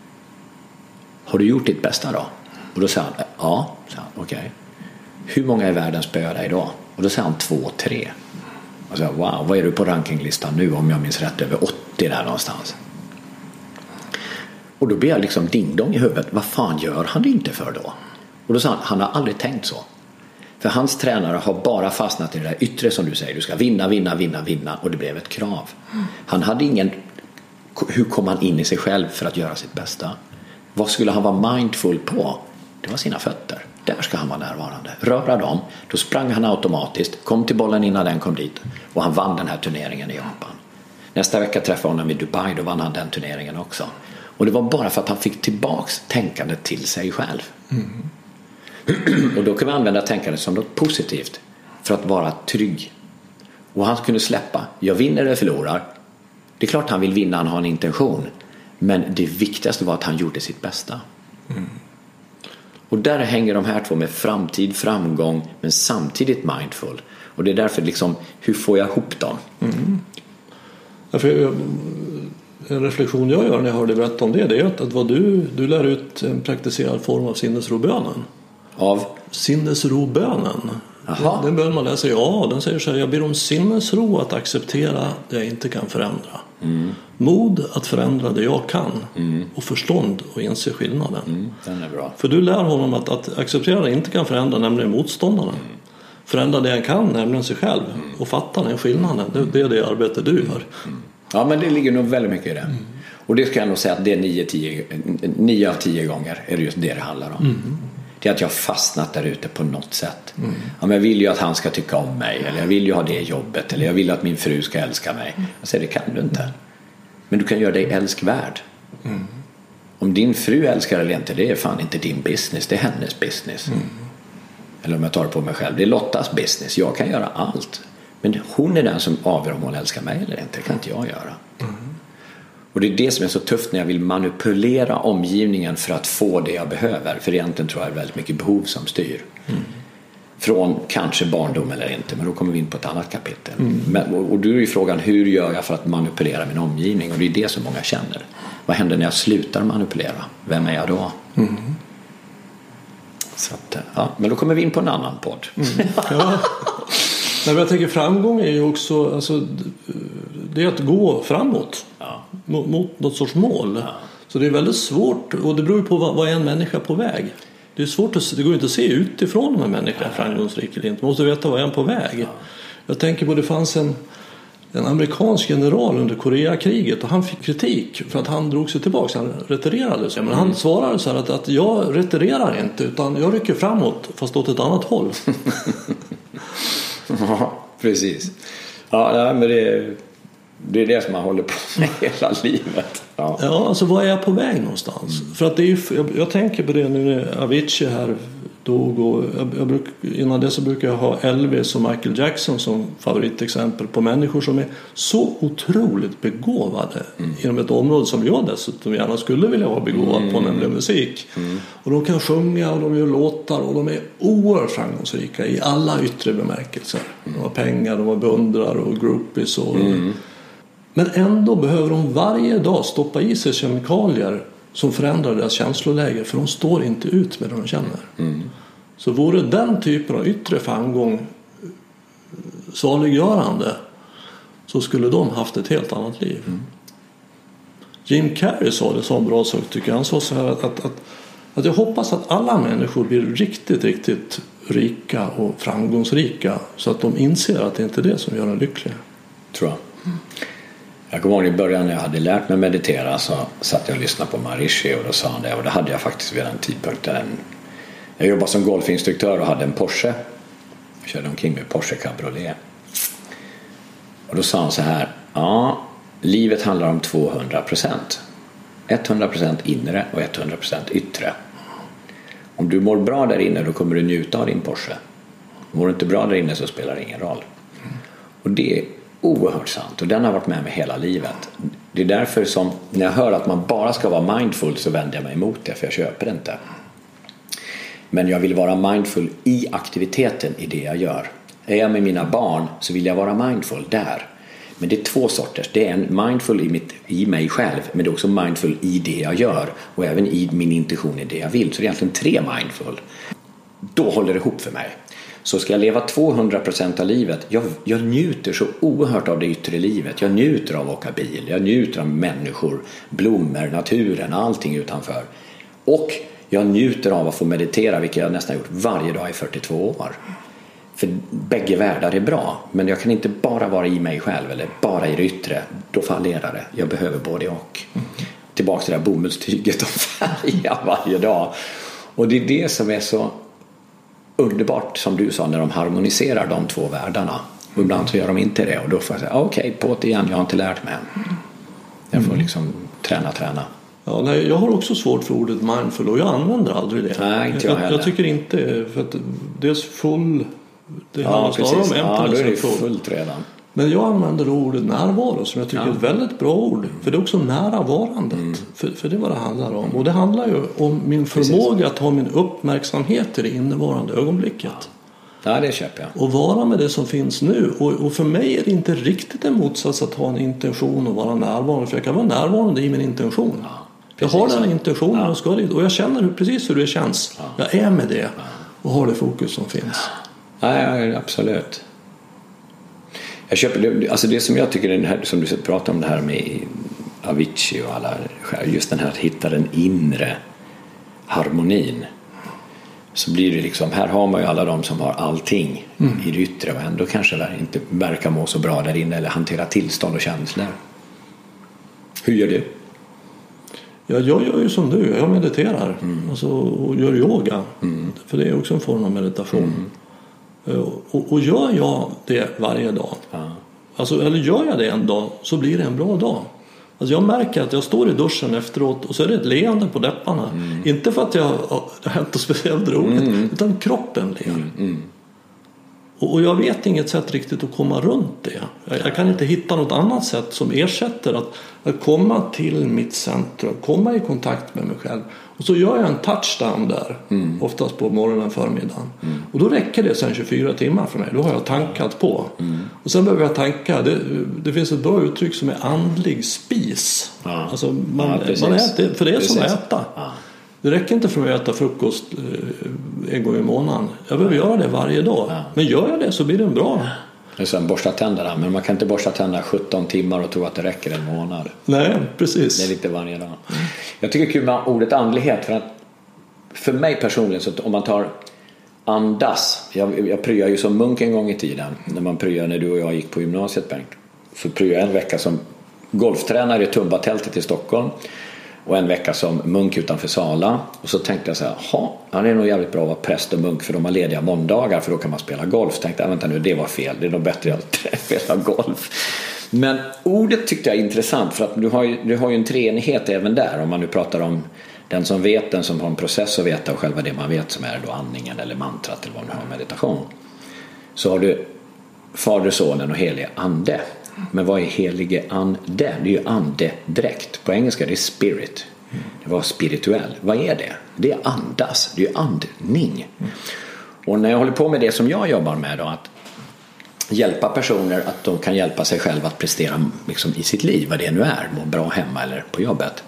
har du gjort ditt bästa då? Och då säger han, ja, okej. Okay. Hur många i världen spöar dig idag? Och då säger han två, tre. Och så, wow, vad är du på rankinglistan nu, om jag minns rätt, över åttio där någonstans? Och då blir jag liksom ding-dong i huvudet. Vad fan gör han det inte för då? Och då sa han, han har aldrig tänkt så. För hans tränare har bara fastnat i det där yttre som du säger. Du ska vinna, vinna, vinna, vinna. Och det blev ett krav. Han hade ingen... Hur kom han in i sig själv för att göra sitt bästa? Vad skulle han vara mindful på? Det var sina fötter. Där ska han vara närvarande. Röra dem. Då sprang han automatiskt. Kom till bollen innan den kom dit. Och han vann den här turneringen i Japan. Nästa vecka träffade honom i Dubai. Då vann han den turneringen också. Och det var bara för att han fick tillbaks tänkandet till sig själv. Mm. Och då kan vi använda tänkandet som något positivt. För att vara trygg. Och han kunde släppa. Jag vinner eller förlorar. Det är klart han vill vinna, han har en intention. Men det viktigaste var att han gjorde sitt bästa. Mm. Och där hänger de här två med framtid, framgång, men samtidigt mindful. Och det är därför liksom, hur får jag ihop dem? Mm. Ja, för jag, en reflektion jag gör när jag hör dig berätta om det, det är att, att vad du, du lär ut en praktiserad form av sinnesrobönen. Av? Sinnesrobönen. Den, den bön man läser, ja, den säger så här: jag ber om sinnesro att acceptera det jag inte kan förändra. Mm. Mod att förändra det jag kan. Mm. Och förstånd och inse skillnaden. Mm, den är bra. För du lär honom att, att acceptera det inte kan förändra, nämligen motståndarna. Mm. Förändra det han kan, nämligen sig själv. Mm. Och fatta den skillnaden. Det, det är det arbete du gör. Mm. Ja, men det ligger nog väldigt mycket i det. Mm. Och det ska jag nog säga att det är nio, tio, nio av tio gånger är det just det det handlar om. Mm. Det är att jag har fastnat där ute på något sätt. Mm. Ja, men jag vill ju att han ska tycka om mig. Eller jag vill ju ha det jobbet. Eller jag vill att min fru ska älska mig. Jag säger, det kan du inte. Men du kan göra dig älskvärd. Mm. Om din fru älskar eller inte, det är fan inte din business. Det är hennes business. Mm. Eller om jag tar på mig själv, det är Lottas business. Jag kan göra allt. Men hon är den som avgör om hon älskar mig eller inte. Det kan inte jag göra. Mm. Och det är det som är så tufft när jag vill manipulera omgivningen för att få det jag behöver. För egentligen tror jag det är väldigt mycket behov som styr. Mm. Från kanske barndom eller inte. Men då kommer vi in på ett annat kapitel. Mm. Men, och, och då är ju frågan, hur gör jag för att manipulera min omgivning? Och det är det som många känner. Vad händer när jag slutar manipulera? Vem är jag då? Mm. Så att, ja, men då kommer vi in på en annan podd. Mm. Ja. Men jag tänker, framgång är ju också, alltså, det är att gå framåt. Ja. Mot, mot något sorts mål. Ja. Så det är väldigt svårt, och det beror ju på vad, vad är en människa på väg. Det är svårt att, det går inte att se utifrån om en människa är framgångsrik eller inte. Man måste veta vad är en på väg. Ja. Jag tänker på, det fanns en, en amerikansk general under Koreakriget, och han fick kritik för att han drog sig tillbaka, han retirerade sig. Men han svarade så här att, att jag retirerar inte, utan jag rycker framåt fast åt ett annat håll. Ja, precis. Ja, men det, det är det som man håller på med hela livet. Ja, ja, alltså vad är jag på väg någonstans? Mm. För att det är ju, jag, jag tänker på det nu när Avicii här dog, och jag, jag bruk, innan det så brukar jag ha Elvis och Michael Jackson som favoritexempel på människor som är så otroligt begåvade mm. inom ett område som jag dessutom gärna skulle vilja vara begåvad mm. på, nämligen musik. Mm. Och de kan sjunga och de gör låtar och de är oerhört framgångsrika i alla yttre bemärkelser. Mm. De har pengar, de har beundrare och groupies och mm. men ändå behöver de varje dag stoppa i sig kemikalier som förändrar deras känsloläge, för de står inte ut med det de känner. Mm. Så vore den typen av yttre framgång saliggörande, så skulle de haft ett helt annat liv. Mm. Jim Carrey sa det så bra sak, tycker jag. Han sa så här att, att, att, att jag hoppas att alla människor blir riktigt, riktigt rika och framgångsrika, så att de inser att det inte är det som gör en lycklig. Tror jag. Mm. Jag kommer ihåg i början när jag hade lärt mig meditera, så satt jag och lyssnade på Maharishi, och då sa han det, och det hade jag faktiskt vid den tidpunkten. Jag jobbade som golfinstruktör och hade en Porsche. Jag körde omkring med Porsche Cabriolet. Och då sa han så här: ja, livet handlar om tvåhundra procent. hundra procent inre och hundra procent yttre. Om du mår bra där inne, då kommer du njuta av din Porsche. Mår du inte bra där inne, så spelar det ingen roll. Och det är oerhört sant, och den har varit med mig hela livet. Det är därför som när jag hör att man bara ska vara mindful, så vänder jag mig emot det, för jag köper det inte. Men jag vill vara mindful i aktiviteten, i det jag gör. Är jag med mina barn, så vill jag vara mindful där. Men det är två sorters. Det är en mindful i, mitt, i mig själv, men det är också mindful i det jag gör, och även i min intention i det jag vill. Så det är egentligen tre mindful. Då håller det ihop för mig. Så ska jag leva tvåhundra procent av livet. Jag, jag njuter så oerhört av det yttre livet. Jag njuter av att åka bil. Jag njuter av människor, blommor, naturen, allting utanför. Och jag njuter av att få meditera, vilket jag nästan gjort varje dag i fyrtiotvå år. För bägge världar är bra. Men jag kan inte bara vara i mig själv eller bara i det yttre. Då fallerar det. Jag behöver både och. Mm. Tillbaka till det här bomullstyget och färga varje dag. Och det är det som är så underbart, som du sa, när de harmoniserar de två världarna. Och ibland så gör de inte det. Och då får jag säga, okej, okay, på det igen, jag har inte lärt mig än. Jag får liksom träna, träna. Ja, nej, jag har också svårt för ordet mindful och jag använder aldrig det. Nej, inte jag, jag, jag tycker inte, för att dels full, det ja, handlar snarare om ja, då är det full. fullt redan. Men jag använder ordet närvaro som jag tycker ja. är ett väldigt bra ord. För det är också närvarandet. Mm. För, för det är vad det handlar om. Och det handlar ju om min förmåga precis. Att ha min uppmärksamhet i det innevarande ögonblicket. Ja, ja det köper jag. Och vara med det som finns nu. Och, och för mig är det inte riktigt en motsats att ha en intention och vara närvarande. För jag kan vara närvarande i min intention. Ja, jag har den intentionen ja. och ska dit. Och jag känner hur, precis hur det känns. Ja. Jag är med det. Och har det fokus som finns. Ja, ja absolut. Jag köper, alltså det som jag tycker är den här, som du pratar om det här med Avicii och alla, just den här att hitta den inre harmonin, så blir det liksom, här har man ju alla de som har allting mm. i det yttre och ändå kanske där inte verkar må så bra där inne eller hantera tillstånd och känslor. Hur gör du? Ja, jag gör ju som du, jag mediterar mm. alltså, och gör yoga mm. för det är också en form av meditation. Mm. Och, och gör jag det varje dag ja. alltså, eller gör jag det en dag så blir det en bra dag. Alltså jag märker att jag står i duschen efteråt och så är det ett leende på läpparna. Mm. Inte för att jag har hänt något speciellt roligt mm. utan kroppen ler. Mm. Mm. Och, och jag vet inget sätt riktigt att komma runt det. Jag, jag kan inte hitta något annat sätt som ersätter att, att komma till mitt centrum, komma i kontakt med mig själv. Och så gör jag en touchdown där, mm. oftast på morgonen, förmiddagen. Mm. Och då räcker det sen tjugofyra timmar för mig. Då har jag tankat på. Mm. Och sen behöver jag tanka. Det, det finns ett bra uttryck som är andlig spis. Ja. Alltså man, ja, man äter, för det är precis. Som att äta. Ja. Det räcker inte för mig att äta frukost eh, en gång i månaden. Jag behöver ja. Göra det varje dag. Ja. Men gör jag det så blir det bra. Det är som borsta tänderna, men man kan inte borsta tänderna sjutton timmar och tro att det räcker en månad. Nej, precis. Det är lite varje dag. Mm. Jag tycker kul med ordet andlighet, för att för mig personligen, så om man tar andas, jag, jag pryade ju som munk en gång i tiden, när man pryade när du och jag gick på gymnasiet, Bengt, så pryade jag en vecka som golftränare i Tumba-tältet i Stockholm och en vecka som munk utanför Sala. Och så tänkte jag så här, ja, det är nog jävligt bra att vara präst och munk för de har lediga måndagar, för då kan man spela golf. Så tänkte jag, vänta nu, det var fel, det är nog bättre att spela golf. Men ordet tyckte jag är intressant, för att du har ju, du har ju en treenighet även där. Om man nu pratar om den som vet, den som har en process att veta, och själva det man vet som är då andningen eller mantrat eller vad man har, meditation. Så har du Fader, Sonen och helige ande. Men vad är helige ande? Det är ju andedräkt. På engelska det är spirit. Det var spirituell. Vad är det? Det är andas. Det är andning. Och när jag håller på med det som jag jobbar med då, att hjälpa personer att de kan hjälpa sig själva att prestera liksom i sitt liv, vad det nu är, må bra hemma eller på jobbet,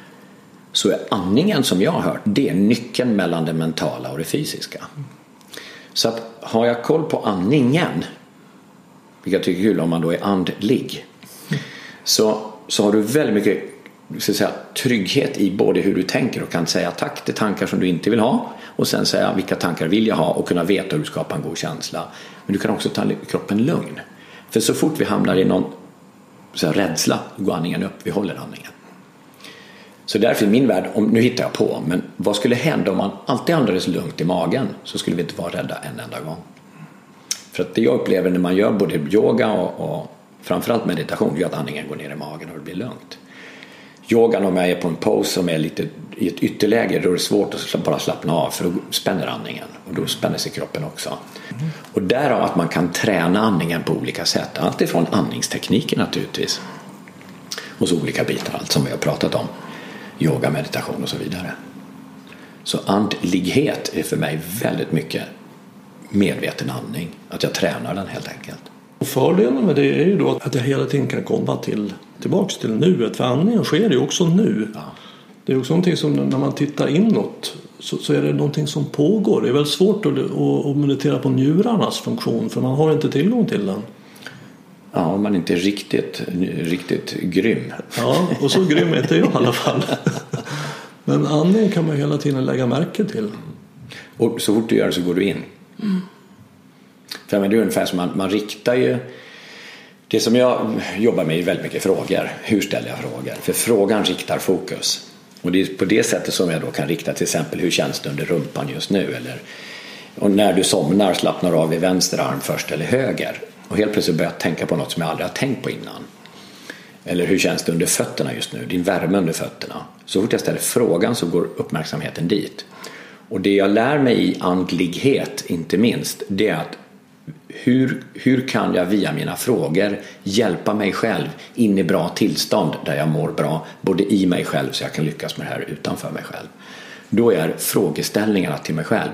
så är andningen, som jag har hört, det är nyckeln mellan det mentala och det fysiska. Så att har jag koll på andningen, vilket jag tycker är kul om man då är andlig, så, så har du väldigt mycket, så att säga, trygghet i både hur du tänker och kan säga tack till tankar som du inte vill ha, och sen säga vilka tankar vill jag ha och kunna veta hur du skapar en god känsla. Men du kan också ta kroppen lugn, för så fort vi hamnar i någon så här, rädsla, går andningen upp, vi håller andningen. Så därför i min värld, om, nu hittar jag på, men vad skulle hända om man alltid andades lugnt i magen, så skulle vi inte vara rädda en enda gång. För att det jag upplever när man gör både yoga och, och framförallt meditation, är att andningen går ner i magen och det blir lugnt. Yogan, om jag är på en pose som är lite i ett ytterläge, då är det svårt att bara slappna av, för då spänner andningen och då spänner sig kroppen också. Mm. Och därav att man kan träna andningen på olika sätt, allt ifrån andningstekniken naturligtvis, och så olika bitar, allt som vi har pratat om, yoga, meditation och så vidare. Så andlighet är för mig väldigt mycket medveten andning, att jag tränar den helt enkelt. Och fördelen med det är ju då att jag hela tiden kan komma till, tillbaks till nuet, för andningen sker ju också nu. Ja. Det är också någonting som när man tittar inåt så, så är det någonting som pågår. Det är väldigt svårt att, att meditera på njurarnas funktion för man har inte tillgång till den. Ja, man är inte riktigt, riktigt grym. Ja, och så grym är inte jag i alla fall. Men andningen kan man hela tiden lägga märke till. Och så fort du gör det så går du in. Mm. För men det är ungefär som man, man riktar ju. Det som jag jobbar med är väldigt mycket frågor. Hur ställer jag frågor? För frågan riktar fokus. Och det är på det sättet som jag då kan rikta till exempel hur känns det under rumpan just nu? Eller och när du somnar slappnar av i vänster arm först eller höger. Och helt plötsligt börjar jag tänka på något som jag aldrig har tänkt på innan. Eller hur känns det under fötterna just nu? Din värme under fötterna. Så fort jag ställer frågan så går uppmärksamheten dit. Och det jag lär mig i andlighet inte minst, det är att hur, hur kan jag via mina frågor hjälpa mig själv in i bra tillstånd där jag mår bra både i mig själv så jag kan lyckas med det här utanför mig själv. Då är frågeställningarna till mig själv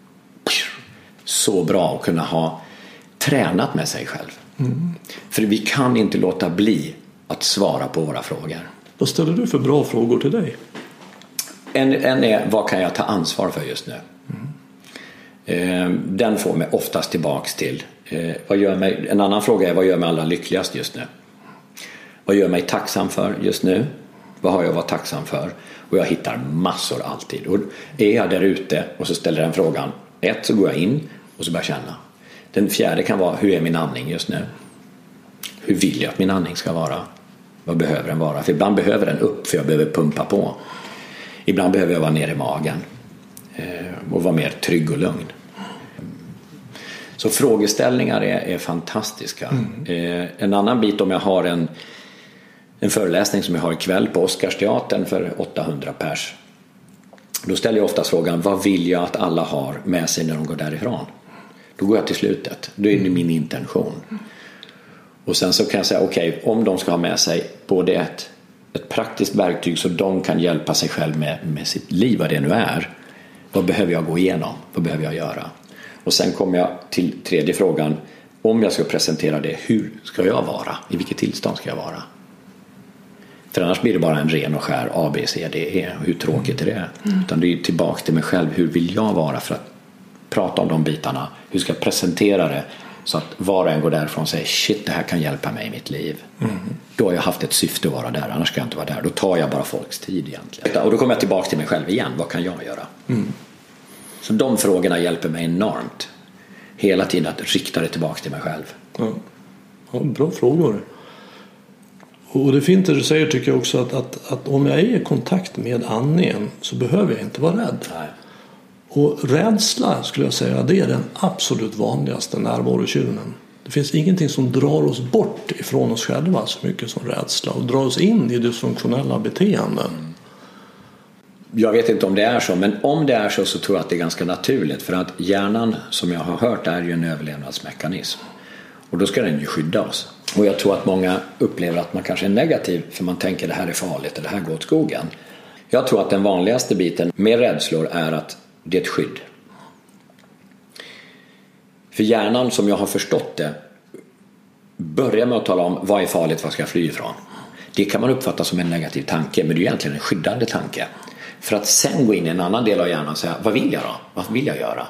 så bra att kunna ha tränat med sig själv. Mm. För vi kan inte låta bli att svara på våra frågor. Vad ställer du för bra frågor till dig? En, en är, vad kan jag ta ansvar för just nu? Mm. Eh, den får mig oftast tillbaks till eh, vad gör mig, en annan fråga är vad gör mig allra lyckligast just nu? Vad gör mig tacksam för just nu? Vad har jag att vara tacksam för? Och jag hittar massor alltid. Och är jag där ute och så ställer den frågan, ett så går jag in och så börjar jag känna. Den fjärde kan vara, hur är min andning just nu? Hur vill jag att min andning ska vara? Vad behöver den vara? För ibland behöver den upp för jag behöver pumpa på. Ibland behöver jag vara ner i magen och vara mer trygg och lugn. Så frågeställningar är, är fantastiska. Mm. En annan bit om jag har en, en föreläsning som jag har ikväll på Oscarsteatern för åttahundra pers. Då ställer jag ofta frågan, vad vill jag att alla har med sig när de går därifrån? Då går jag till slutet. Då är det min intention. Och sen så kan jag säga, okej, okay, om de ska ha med sig både ett, ett praktiskt verktyg så de kan hjälpa sig själv med, med sitt liv, vad det nu är. Vad behöver jag gå igenom? Vad behöver jag göra? Och sen kommer jag till tredje frågan. Om jag ska presentera det, hur ska jag vara? I vilket tillstånd ska jag vara? För annars blir det bara en ren och skär A, B, C, D, E. Hur tråkigt är det? Mm. Utan det är tillbaka till mig själv. Hur vill jag vara för att prata om de bitarna? Hur ska jag presentera det? Så att var och en går därifrån och säger, shit, det här kan hjälpa mig i mitt liv. Mm. Då har jag haft ett syfte att vara där, annars ska jag inte vara där. Då tar jag bara folks tid egentligen. Och då kommer jag tillbaka till mig själv igen. Vad kan jag göra? Mm. Så de frågorna hjälper mig enormt. Hela tiden att rikta det tillbaka till mig själv. Ja, ja, bra frågor. Och det fint det du säger tycker jag också att, att, att om jag är i kontakt med andningen så behöver jag inte vara rädd. Nej. Och rädsla skulle jag säga, det är den absolut vanligaste närvarokylnen. Det finns ingenting som drar oss bort ifrån oss själva så mycket som rädsla och drar oss in i dysfunktionella beteenden. Mm. Jag vet inte om det är så, men om det är så så tror jag att det är ganska naturligt. För att hjärnan, som jag har hört, är ju en överlevnadsmekanism. Och då ska den ju skydda oss. Och jag tror att många upplever att man kanske är negativ för man tänker det här är farligt eller det här går åt skogen. Jag tror att den vanligaste biten med rädslor är att det är ett skydd. För hjärnan, som jag har förstått det, börjar med att tala om vad är farligt, vad ska jag fly ifrån. Det kan man uppfatta som en negativ tanke, men det är egentligen en skyddande tanke. För att sen gå in i en annan del av hjärnan och säga, vad vill jag då? Vad vill jag göra?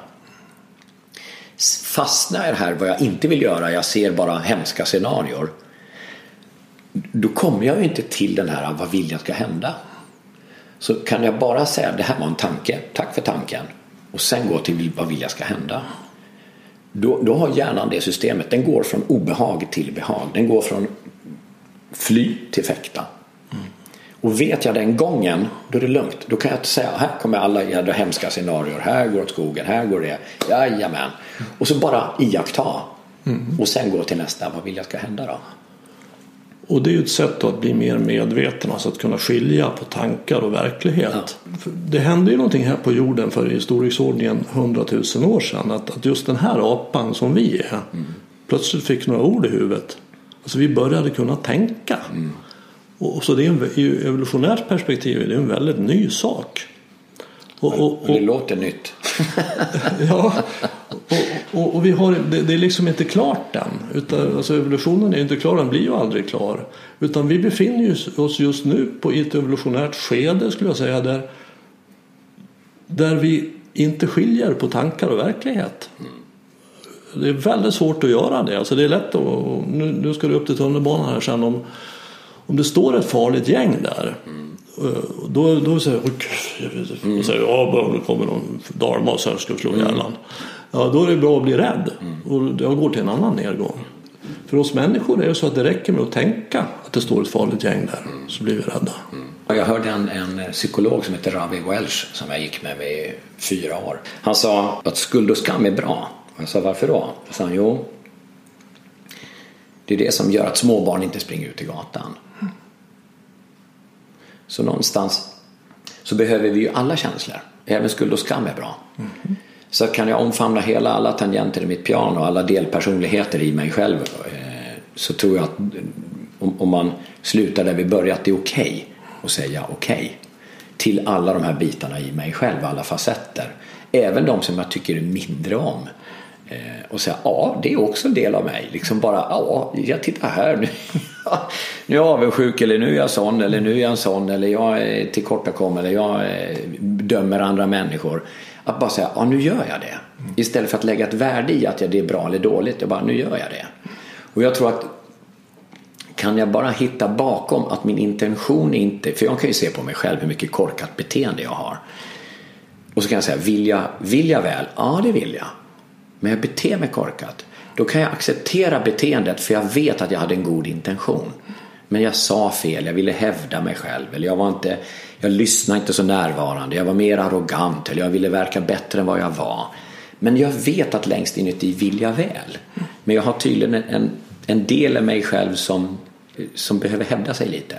Fastnar jag här vad jag inte vill göra, jag ser bara hemska scenarier, då kommer jag ju inte till den här, vad vill jag ska hända? Så kan jag bara säga, det här var en tanke, tack för tanken, och sen gå till vad vill jag ska hända. Då, då har hjärnan det systemet, den går från obehag till behag, den går från fly till fäkta. Mm. Och vet jag den gången, då är det lugnt. Då kan jag inte säga, här kommer alla jävla hemska scenarier, här går åt skogen, här går det, jajamän. Och så bara iaktta. Mm. Och sen gå till nästa, vad vill jag ska hända då? Och det är ju ett sätt att bli mer medveten, alltså att kunna skilja på tankar och verklighet. Ja. Det hände ju någonting här på jorden för i storleksordningen hundratusen år sedan. Att, att just den här apan som vi är, mm. plötsligt fick några ord i huvudet. Alltså vi började kunna tänka. Mm. Och så det är en, i evolutionärt perspektiv är det en väldigt ny sak. Och, och, och, och det låter nytt. Ja, och, och, och vi har, det, det är liksom inte klart än. Utan, alltså evolutionen är inte klar, den blir ju aldrig klar. Utan vi befinner oss just nu på ett evolutionärt skede, skulle jag säga, där, där vi inte skiljer på tankar och verklighet. Mm. Det är väldigt svårt att göra det. Alltså det är lätt att, nu, nu ska du upp till tunnelbanan här sen, om, om det står ett farligt gäng där. Mm. Då, då säger jag, mm. säger, ja, nu kommer någon dalmas här, ska slå ihjäl han. Ja, då är det bra att bli rädd. Mm. Och jag går till en annan nedgång. För oss människor är det så att det räcker med att tänka att det står ett farligt gäng där, mm. så blir vi rädda. Mm. Jag hörde en, en psykolog som heter Ravi Welch, som jag gick med i fyra år. Han sa att skuld och skam är bra. Jag sa, varför då? Jag sa, jo, det är det som gör att småbarn inte springer ut i gatan. Mm. Så någonstans så behöver vi ju alla känslor. Även skuld och skam är bra. Mm. Så kan jag omfamna hela alla tangenter i mitt piano, alla delpersonligheter i mig själv, så tror jag att om man slutar där vi börjat, det är okej att säga okej till alla de här bitarna i mig själv, alla facetter, även de som jag tycker mindre om, och säga, ja, det är också en del av mig, liksom bara, ja, jag tittar här nu. Nu är jag avundsjuk, eller nu är jag sån, eller nu är jag en sån, eller jag är tillkortakom, eller jag dömer andra människor. Att bara säga, ja, nu gör jag det. Istället för att lägga ett värde i att det är bra eller dåligt. Jag bara, nu gör jag det. Och jag tror att kan jag bara hitta bakom att min intention inte, för jag kan ju se på mig själv hur mycket korkat beteende jag har. Och så kan jag säga, vill jag, vill jag väl? Ja, det vill jag. Men jag beter mig korkat. Då kan jag acceptera beteendet, för jag vet att jag hade en god intention. Men jag sa fel, jag ville hävda mig själv, eller jag var inte, jag lyssnade inte så närvarande, jag var mer arrogant, eller jag ville verka bättre än vad jag var. Men jag vet att längst inuti vill jag väl. Men jag har tydligen en, en del av mig själv som, som behöver hävda sig lite.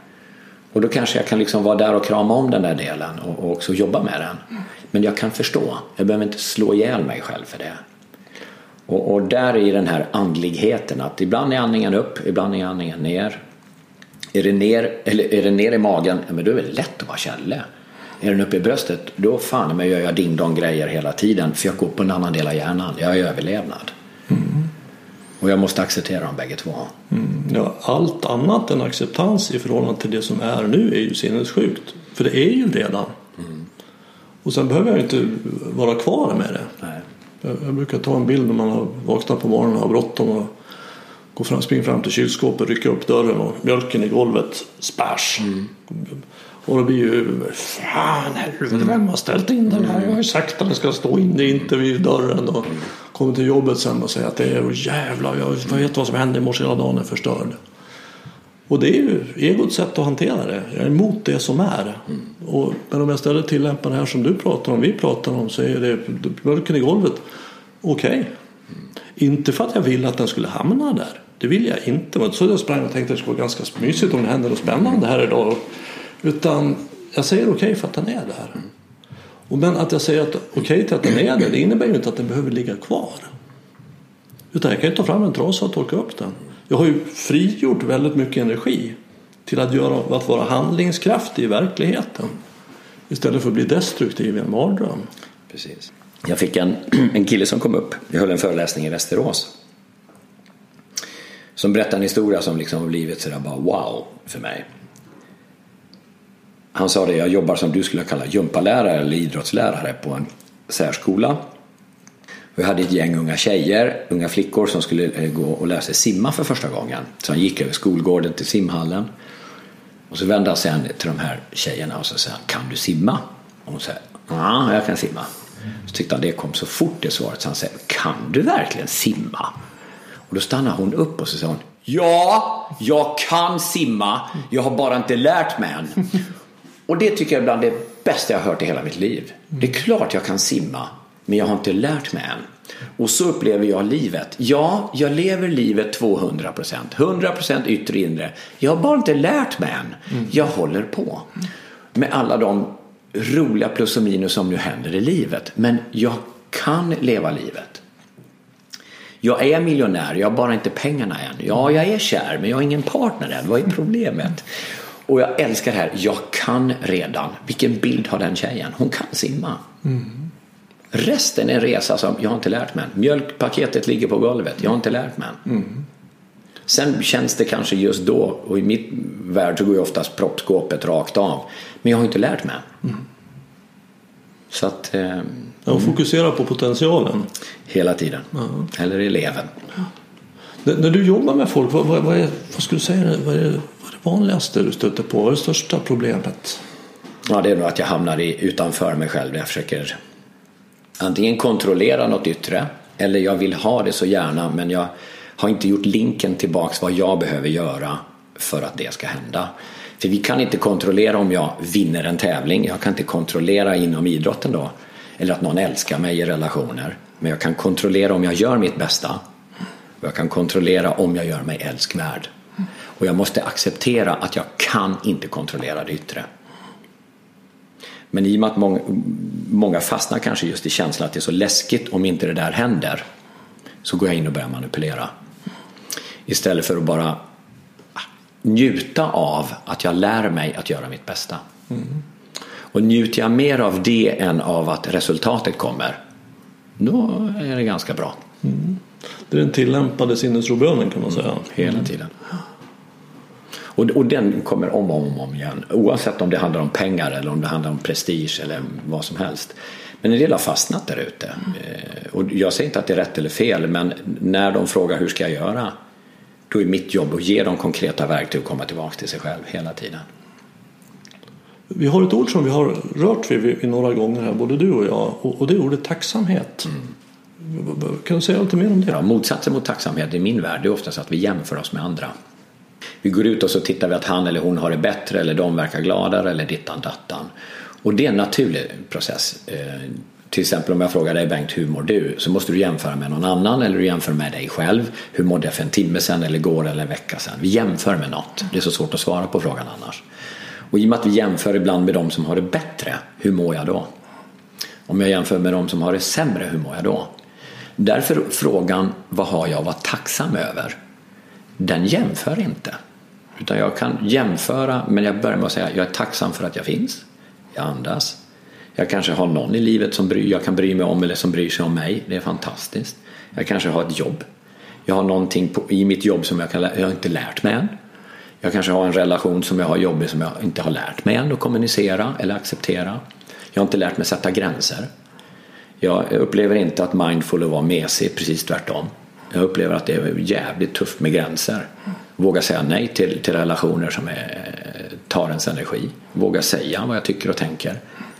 Och då kanske jag kan liksom vara där och krama om den där delen och, och också jobba med den. Men jag kan förstå, jag behöver inte slå ihjäl mig själv för det. Och, och där är den här andligheten, att ibland är andningen upp, ibland är andningen ner. Är det ner, eller är det ner i magen, ja, men då är det lätt att vara källe. Är den uppe i bröstet, då fan men gör jag ding-dong grejer hela tiden, för jag går på en annan del av hjärnan. Jag är överlevnad. Mm. Och jag måste acceptera dem bägge två. Mm. Ja, allt annat än acceptans i förhållande till det som är nu är ju sinnessjukt. För det är ju redan. Mm. Och sen behöver jag inte vara kvar med det. Nej. Jag, jag brukar ta en bild när man har vaknat på morgonen och har bråttom och gå fram, spring fram till kylskåpet, rycka upp dörren och mjölken i golvet, spärs. Mm. Och det blir ju, fan helvete, vem har ställt in den här? Jag har ju sagt att den ska stå in, det är inte vid dörren. Och kommer till jobbet sen och säger att det är jävlar, jag vet vad som hände i morse, hela dagen är förstörd. Och det är ju egots sätt att hantera det. Jag är emot det som är. Mm. Och, men om jag istället tillämpar det här som du pratar om, vi pratar om, så är det mjölken i golvet okej. Okay. Mm. Inte för att jag vill att den skulle hamna där. Det vill jag inte. Men så jag sprang och tänkte att det skulle vara ganska mysigt om det händer något spännande här idag. Utan jag säger okej okay för att den är där. Mm. Och men att jag säger att okej okay till att den är där, det innebär ju inte att den behöver ligga kvar. Utan jag kan ju ta fram en trasa och torka upp den. Jag har ju frigjort väldigt mycket energi till att, göra, att vara handlingskraftig i verkligheten. Istället för att bli destruktiv i en mardröm. Precis. Jag fick en, en kille som kom upp. Jag höll en föreläsning i Västerås. Som berättade en historia som liksom har blivit sådär bara wow för mig. Han sa det, jag jobbar som du skulle kalla gympalärare eller idrottslärare på en särskola. Vi hade ett gäng unga tjejer, unga flickor som skulle gå och lära sig simma för första gången. Så han gick över skolgården till simhallen. Och så vände han sig till de här tjejerna och så sa han, kan du simma? Och hon sa, ja, jag kan simma. Så tyckte han det kom så fort det svaret, så han sa, kan du verkligen simma? Och då stannade hon upp och så sa hon, ja, jag kan simma, jag har bara inte lärt mig än. Och det tycker jag är bland det bästa jag har hört i hela mitt liv. Det är klart jag kan simma, men jag har inte lärt mig än. Och så upplever jag livet. Ja, jag lever livet tvåhundra procent. hundra procent yttre inre. Jag har bara inte lärt mig än. Jag håller på. Med alla de roliga plus och minus som nu händer i livet. Men jag kan leva livet. Jag är miljonär, jag har bara inte pengarna än. Ja, jag är kär, men jag har ingen partner än. Vad är problemet? Och jag älskar det här. Jag kan redan. Vilken bild har den tjejen? Hon kan simma. Mm. Resten är en resa som jag har inte lärt mig. Mjölkpaketet ligger på golvet. Jag har inte lärt mig. Mm. Sen känns det kanske just då, och i mitt värld så går ju oftast proppskåpet rakt av. Men jag har inte lärt mig. Mm. Så att... Eh, ja, fokusera på potentialen. Hela tiden. Mm. Eller eleven. Ja. När du jobbar med folk, vad, vad, är, vad skulle du säga, vad är, vad är det vanligaste du stöter på? Vad är det största problemet? Ja, det är nog att jag hamnar i, utanför mig själv. Jag försöker antingen kontrollera något yttre, eller jag vill ha det så gärna, men jag har inte gjort linken tillbaks vad jag behöver göra för att det ska hända. För vi kan inte kontrollera om jag vinner en tävling. Jag kan inte kontrollera inom idrotten då, eller att någon älskar mig i relationer. Men jag kan kontrollera om jag gör mitt bästa. Och jag kan kontrollera om jag gör mig älskvärd. Och jag måste acceptera att jag kan inte kontrollera det yttre. Men i och med att många, många fastnar kanske just i känslan att det är så läskigt om inte det där händer, så går jag in och börjar manipulera. Istället för att bara njuta av att jag lär mig att göra mitt bästa. Mm. Och njuter jag mer av det än av att resultatet kommer, då är det ganska bra. Mm. Det är den tillämpade sinnesrobönen, kan man säga. Mm. Hela tiden. Och, och den kommer om och om, om igen. Oavsett om det handlar om pengar eller om det handlar om prestige eller vad som helst. Men en del har fastnat där ute. Mm. Och jag säger inte att det är rätt eller fel, men när de frågar hur ska jag göra, då är mitt jobb att ge dem konkreta verktyg att komma tillbaka till sig själv hela tiden. Vi har ett ord som vi har rört vid, vid några gånger här, både du och jag, och, och det är ordet tacksamhet. Mm. Kan du säga lite mer om det? Ja, motsatsen mot tacksamhet i min värld är oftast att vi jämför oss med andra. Vi går ut och så tittar vi att han eller hon har det bättre, eller de verkar gladare, eller dittan dattan. Och det är en naturlig process. Eh, till exempel om jag frågar dig, Bengt, hur mår du? Så måste du jämföra med någon annan, eller du jämför med dig själv. Hur mådde jag för en timme sedan, eller går, eller en vecka sedan? Vi jämför med något. Det är så svårt att svara på frågan annars. Och i och med att vi jämför ibland med de som har det bättre, hur mår jag då? Om jag jämför med de som har det sämre, hur mår jag då? Därför frågan, vad har jag att vara tacksam över? Den jämför inte. Utan jag kan jämföra, men jag börjar med att säga, jag är tacksam för att jag finns. Jag andas. Jag kanske har någon i livet som bry, jag kan bry mig om, eller som bryr sig om mig. Det är fantastiskt. Jag kanske har ett jobb. Jag har någonting på, i mitt jobb som jag, kan, jag har inte lärt mig än. Jag kanske har en relation som jag har jobbig som jag inte har lärt mig än att kommunicera eller acceptera. Jag har inte lärt mig sätta gränser. Jag upplever inte att mindful och vara mesig, precis tvärtom. Jag upplever att det är jävligt tufft med gränser. Våga säga nej till, till relationer som är, tar ens energi. Våga säga vad jag tycker och tänker.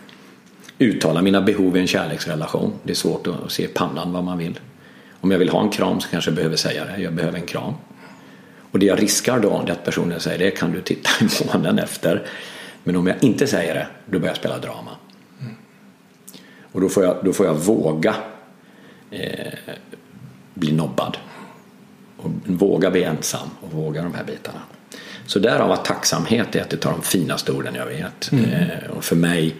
Uttala mina behov i en kärleksrelation. Det är svårt att se i pannan vad man vill. Om jag vill ha en kram så kanske jag behöver säga det. Jag behöver en kram. Och det jag riskar då, det att personen säger det, kan du titta i månaden efter. Men om jag inte säger det, då börjar jag spela drama. Mm. Och då får jag, då får jag våga eh, bli nobbad. Och våga bli ensam och våga de här bitarna. Så därav att tacksamhet är att det tar de finaste orden jag vet. Mm. Eh, och för mig,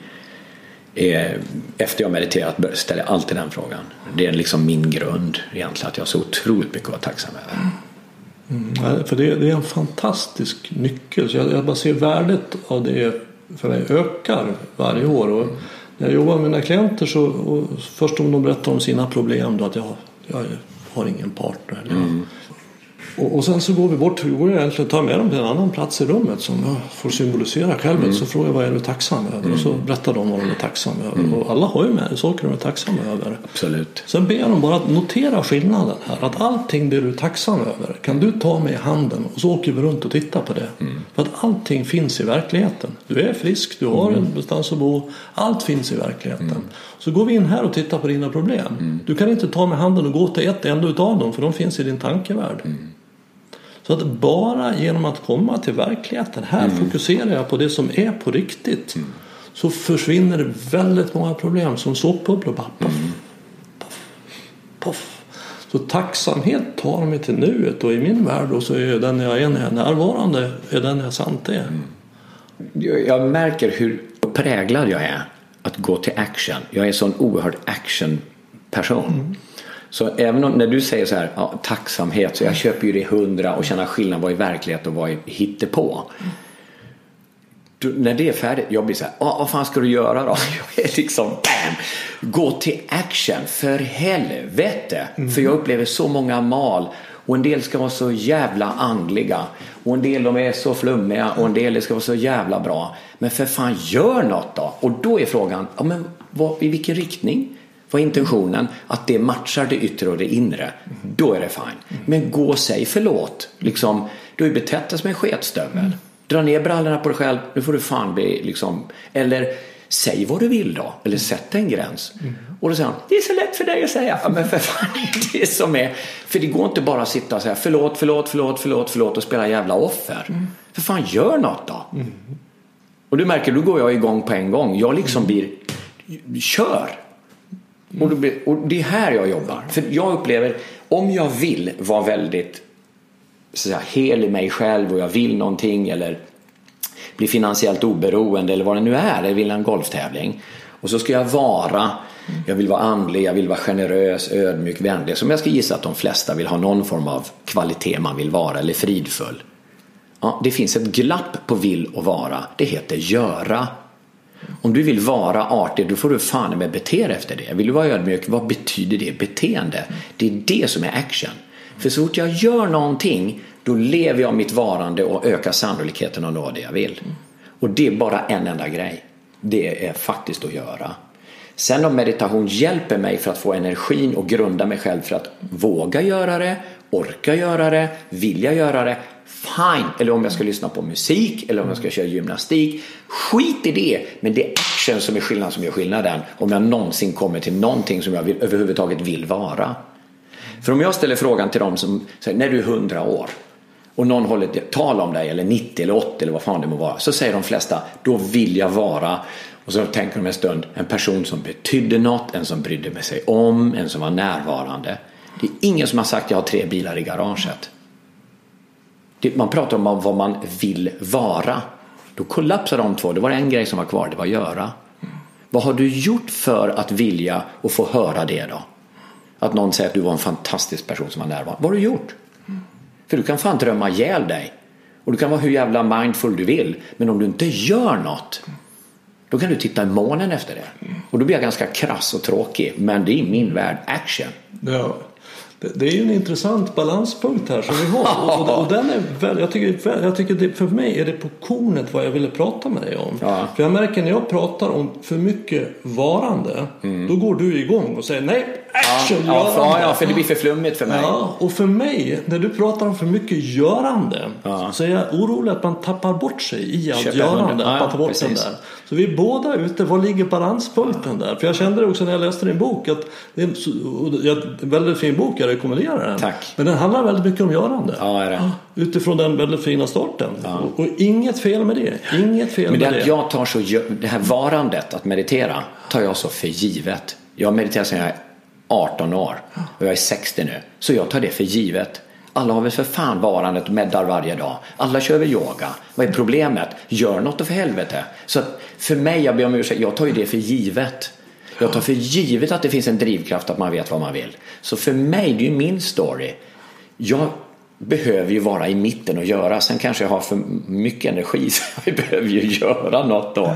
eh, efter jag mediterat, ställer jag alltid den frågan. Det är liksom min grund egentligen, att jag har så otroligt mycket att vara tacksam över. Mm. Ja, för det, det är en fantastisk nyckel. Så jag, jag bara ser värdet av det för mig ökar varje år. Och när jag jobbar med mina klienter så, och först om de berättar om sina problem då, att jag, jag har ingen partner. Mm. Och, och sen så går vi bort, vi går egentligen ta med dem till en annan plats i rummet som jag får symbolisera själv. Mm. Så frågar jag, vad är du tacksam över? Mm. Och så berättar de vad de är tacksamma över. Mm. Och alla har ju med saker de är tacksamma över. Absolut. Sen ber jag dem bara att notera skillnaden här. Att allting det du är tacksam över kan du ta med i handen och så åker vi runt och tittar på det. Mm. För att allting finns i verkligheten. Du är frisk, du har mm. en bestans att bo. Allt finns i verkligheten. Mm. Så går vi in här och tittar på dina problem. Mm. Du kan inte ta med handen och gå till ett enda utav dem, för de finns i din tankevärld. Mm. Så att bara genom att komma till verkligheten, här mm. fokuserar jag på det som är på riktigt, mm. så försvinner det väldigt många problem som såpbubblor bara puff, mm. puff, puff. Så tacksamhet tar mig till nuet, och i min värld och så är den jag är när jag är närvarande är den jag sant är. Mm. Jag märker hur präglad jag är att gå till action. Jag är en sån oerhörd action-person. Mm. Så även om, när du säger så här, ja, tacksamhet, så jag köper ju det hundra och känner skillnad vad i verklighet och vad i hittepå. då, när det är färdigt, jag blir så här, vad fan ska du göra då? Jag är liksom, bam, gå till action, för helvete. Mm. För jag upplever så många mal, och en del ska vara så jävla andliga, och en del de är så flummiga, och en del ska vara så jävla bra. Men för fan, gör något då. Och då är frågan, ja, men vad, i vilken riktning? Vad är intentionen? Att det matchar det yttre och det inre. Mm. Då är det fine. Mm. Men gå och säg förlåt. Liksom, du är betett som en sketstövel. Mm. Dra ner brallorna på dig själv. Nu får du fan bli liksom... Eller säg vad du vill då. Eller sätt en gräns. Mm. Och då säger han, det är så lätt för dig att säga. Ja, men för fan, det är som är... För det går inte bara att sitta och säga förlåt, förlåt, förlåt, förlåt, förlåt och spela jävla offer. Mm. För fan, gör något då. Mm. Och du märker, då går jag igång på en gång. Jag liksom blir... Kör! Mm. Och, blir, och det är här jag jobbar. För jag upplever, om jag vill vara väldigt så här, hel i mig själv, och jag vill någonting, eller bli finansiellt oberoende, eller vad det nu är, jag vill en golftävling, och så ska jag vara, jag vill vara andlig, jag vill vara generös, ödmjuk, vänlig, som jag ska gissa att de flesta vill ha någon form av kvalitet man vill vara, eller fridfull. Ja, det finns ett glapp på vill och vara. Det heter göra. Om du vill vara artig, då får du fan med bete efter det. Vill du vara ödmjuk, vad betyder det beteende? Det är det som är action. För så fort jag gör någonting, då lever jag mitt varande och ökar sannolikheten att nå det jag vill. Och det är bara en enda grej. Det är faktiskt att göra. Sen om meditation hjälper mig för att få energin och grunda mig själv för att våga göra det, orka göra det, vilja göra det, fine. Eller om jag ska lyssna på musik, eller om jag ska köra gymnastik, skit i det. Men det är action som är skillnaden, som gör skillnaden. Om jag någonsin kommer till någonting som jag vill, överhuvudtaget vill vara. För om jag ställer frågan till dem som säger, när du är hundra år och någon håller ett tal om dig, eller nittio eller åttio eller vad fan det må vara, så säger de flesta, då vill jag vara, och så tänker de en stund, en person som betydde något, en som brydde sig om, en som var närvarande. Det är ingen som har sagt, jag har tre bilar i garaget. Det, man pratar om vad man vill vara. Då kollapsar de två. Det var en grej som var kvar, det var göra. Vad har du gjort för att vilja och få höra det då? Att någon säger att du var en fantastisk person som var närvarande. Vad har du gjort? För du kan fan drömma ihjäl dig. Och du kan vara hur jävla mindful du vill. Men om du inte gör något, då kan du titta i månen efter det. Och då blir jag ganska krass och tråkig. Men det är min värld, action. Ja. Det är ju en intressant balanspunkt här som vi har. Och, och, och den är väl, jag tycker, jag tycker det, för mig är det på kornet vad jag ville prata med dig om. Ja. För jag märker när jag pratar om för mycket varande, mm. då går du igång och säger nej, action, ja, ja, görande. För, ja, för det blir för flummigt för mig. Ja, och för mig, när du pratar om för mycket görande, ja. så är jag orolig att man tappar bort sig i allt Köper görande. Ja, att man tar bort den där. Så vi är båda ute, var ligger balanspunkten där? För jag kände det också när jag läste din bok, att det är en väldigt fin bok, jag rekommenderar den. Tack. Men den handlar väldigt mycket om görande. Ja, är det. Utifrån den väldigt fina starten. Ja. Och, och inget fel med det. Inget fel Men det med det. Jag tar så, det här varandet, att meditera, tar jag så för givet. Jag mediterar sedan jag är arton år. Och jag är sextio nu. Så jag tar det för givet. Alla har väl för fan varandet och meddar varje dag. Alla kör väl yoga. Vad är problemet? Gör något för helvete. Så att för mig, jag ber om ursäkt, jag tar ju det för givet. Jag tar för givet att det finns en drivkraft, att man vet vad man vill. Så för mig, det är ju min story. Jag behöver ju vara i mitten och göra. Sen kanske jag har för mycket energi, så jag behöver ju göra något då.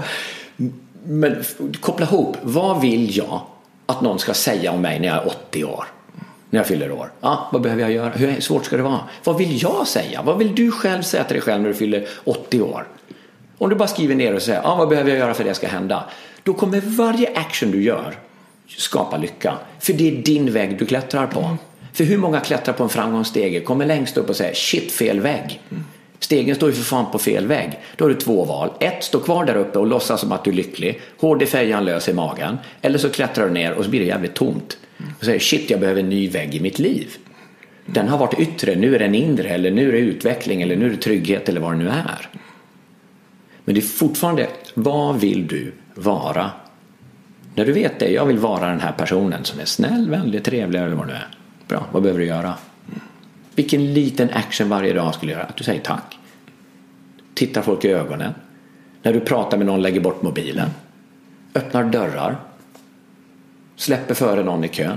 Men koppla ihop, vad vill jag att någon ska säga om mig när jag är åttio år? När jag fyller år. Ja, vad behöver jag göra? Hur svårt ska det vara? Vad vill jag säga? Vad vill du själv säga till dig själv när du fyller åttio år? Om du bara skriver ner och säger, ja, vad behöver jag göra för det ska hända? Då kommer varje action du gör skapa lycka. För det är din väg du klättrar på. Mm. För hur många klättrar på en framgångsstege, kommer längst upp och säger, shit, fel väg. Mm. Stegen står ju för fan på fel väg. Då har du två val. Ett, stå kvar där uppe och låtsas som att du är lycklig. Hård i färjan, lös i magen. Eller så klättrar du ner och så blir det jävligt tomt. Och säger, shit, jag behöver en ny vägg i mitt liv. Den har varit yttre, nu är den inre. Eller nu är det utveckling, eller nu är det trygghet, eller vad det nu är. Men det är fortfarande, vad vill du vara? När du vet det, jag vill vara den här personen som är snäll, vänlig, trevlig eller vad det är. Bra, vad behöver du göra? Vilken liten action varje dag skulle göra? Att du säger tack. Tittar folk i ögonen. När du pratar med någon, lägger bort mobilen. Öppnar dörrar. Släpper före någon i kön.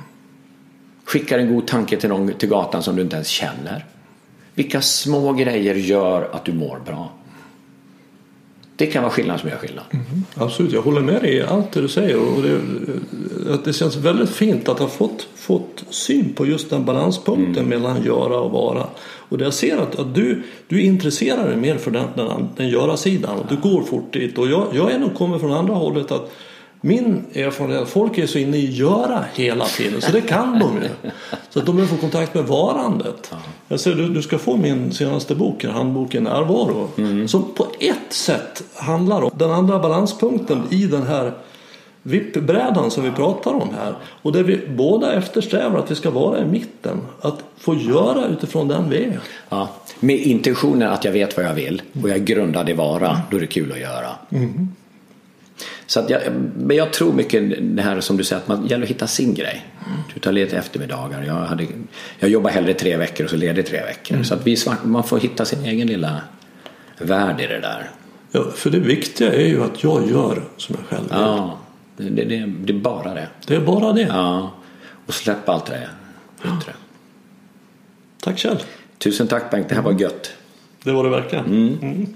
Skickar en god tanke till någon till gatan som du inte ens känner. Vilka små grejer gör att du mår bra? Det kan vara skillnad som gör skillnad. Mm, absolut, jag håller med dig i allt det du säger. Och det, att det känns väldigt fint att ha fått, fått syn på just den balanspunkten mm. mellan göra och vara. Och det jag ser att, att du, du är intresserad mer för den, den, den göra-sidan. Och du går fort dit. Och jag, jag är nog kommit från andra hållet att min erfarenhet, folk är så inne i göra hela tiden. Så det kan de ju. Så att de vill få kontakt med varandet. Ja. Jag ser, du, du ska få min senaste bok, handboken Närvaro. Mm. Som på ett sätt handlar om den andra balanspunkten ja. I den här vippbrädan som vi pratar om här. Och där vi båda eftersträvar att vi ska vara i mitten. Att få göra utifrån den vägen. Ja. Med intentionen att jag vet vad jag vill. Och jag är grundad i vara. Mm. Då är det kul att göra. Mm. Så att jag, men jag tror mycket det här som du säger att man gäller att hitta sin grej. Du tar lite eftermiddagar. Jag, hade, jag jobbar hellre tre veckor och så leder tre veckor. Mm. Så att vi, man får hitta sin egen lilla värld i det där. Ja, för det viktiga är ju att jag gör som jag själv vill. Ja, det, det, det är bara det. Det är bara det. Ja, och släppa allt det yttre. Ja. Tack Kjell. Tusen tack Bengt, det här var gött. Det var det verkligen. Mm. Mm.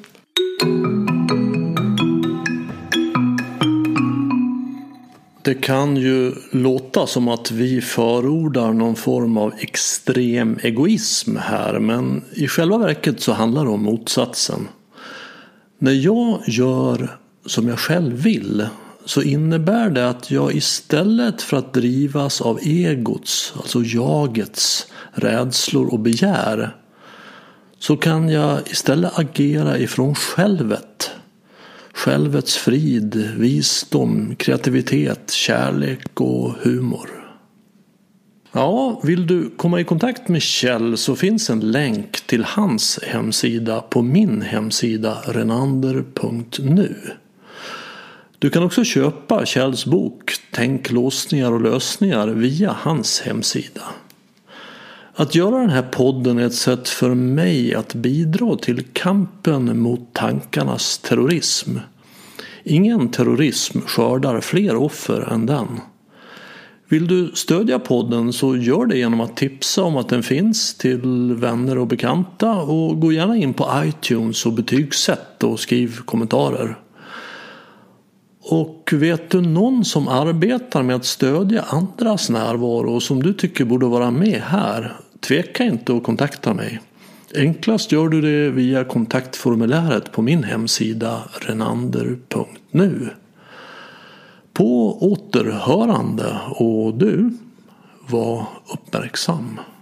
Det kan ju låta som att vi förordar någon form av extrem egoism här, men i själva verket så handlar det om motsatsen. När jag gör som jag själv vill så innebär det att jag istället för att drivas av egots, alltså jagets, rädslor och begär, så kan jag istället agera ifrån självet. Självets frid, visdom, kreativitet, kärlek och humor. Ja, vill du komma i kontakt med Kjell så finns en länk till hans hemsida på min hemsida renander punkt nu. Du kan också köpa Kjells bok Tänk låsningar och lösningar via hans hemsida. Att göra den här podden är ett sätt för mig att bidra till kampen mot tankarnas terrorism. Ingen terrorism skördar fler offer än den. Vill du stödja podden så gör det genom att tipsa om att den finns till vänner och bekanta och gå gärna in på iTunes och betygsätt och skriv kommentarer. Och vet du någon som arbetar med att stödja andras närvaro som du tycker borde vara med här? Tveka inte att kontakta mig. Enklast gör du det via kontaktformuläret på min hemsida renander punkt nu. På återhörande och du, var uppmärksam.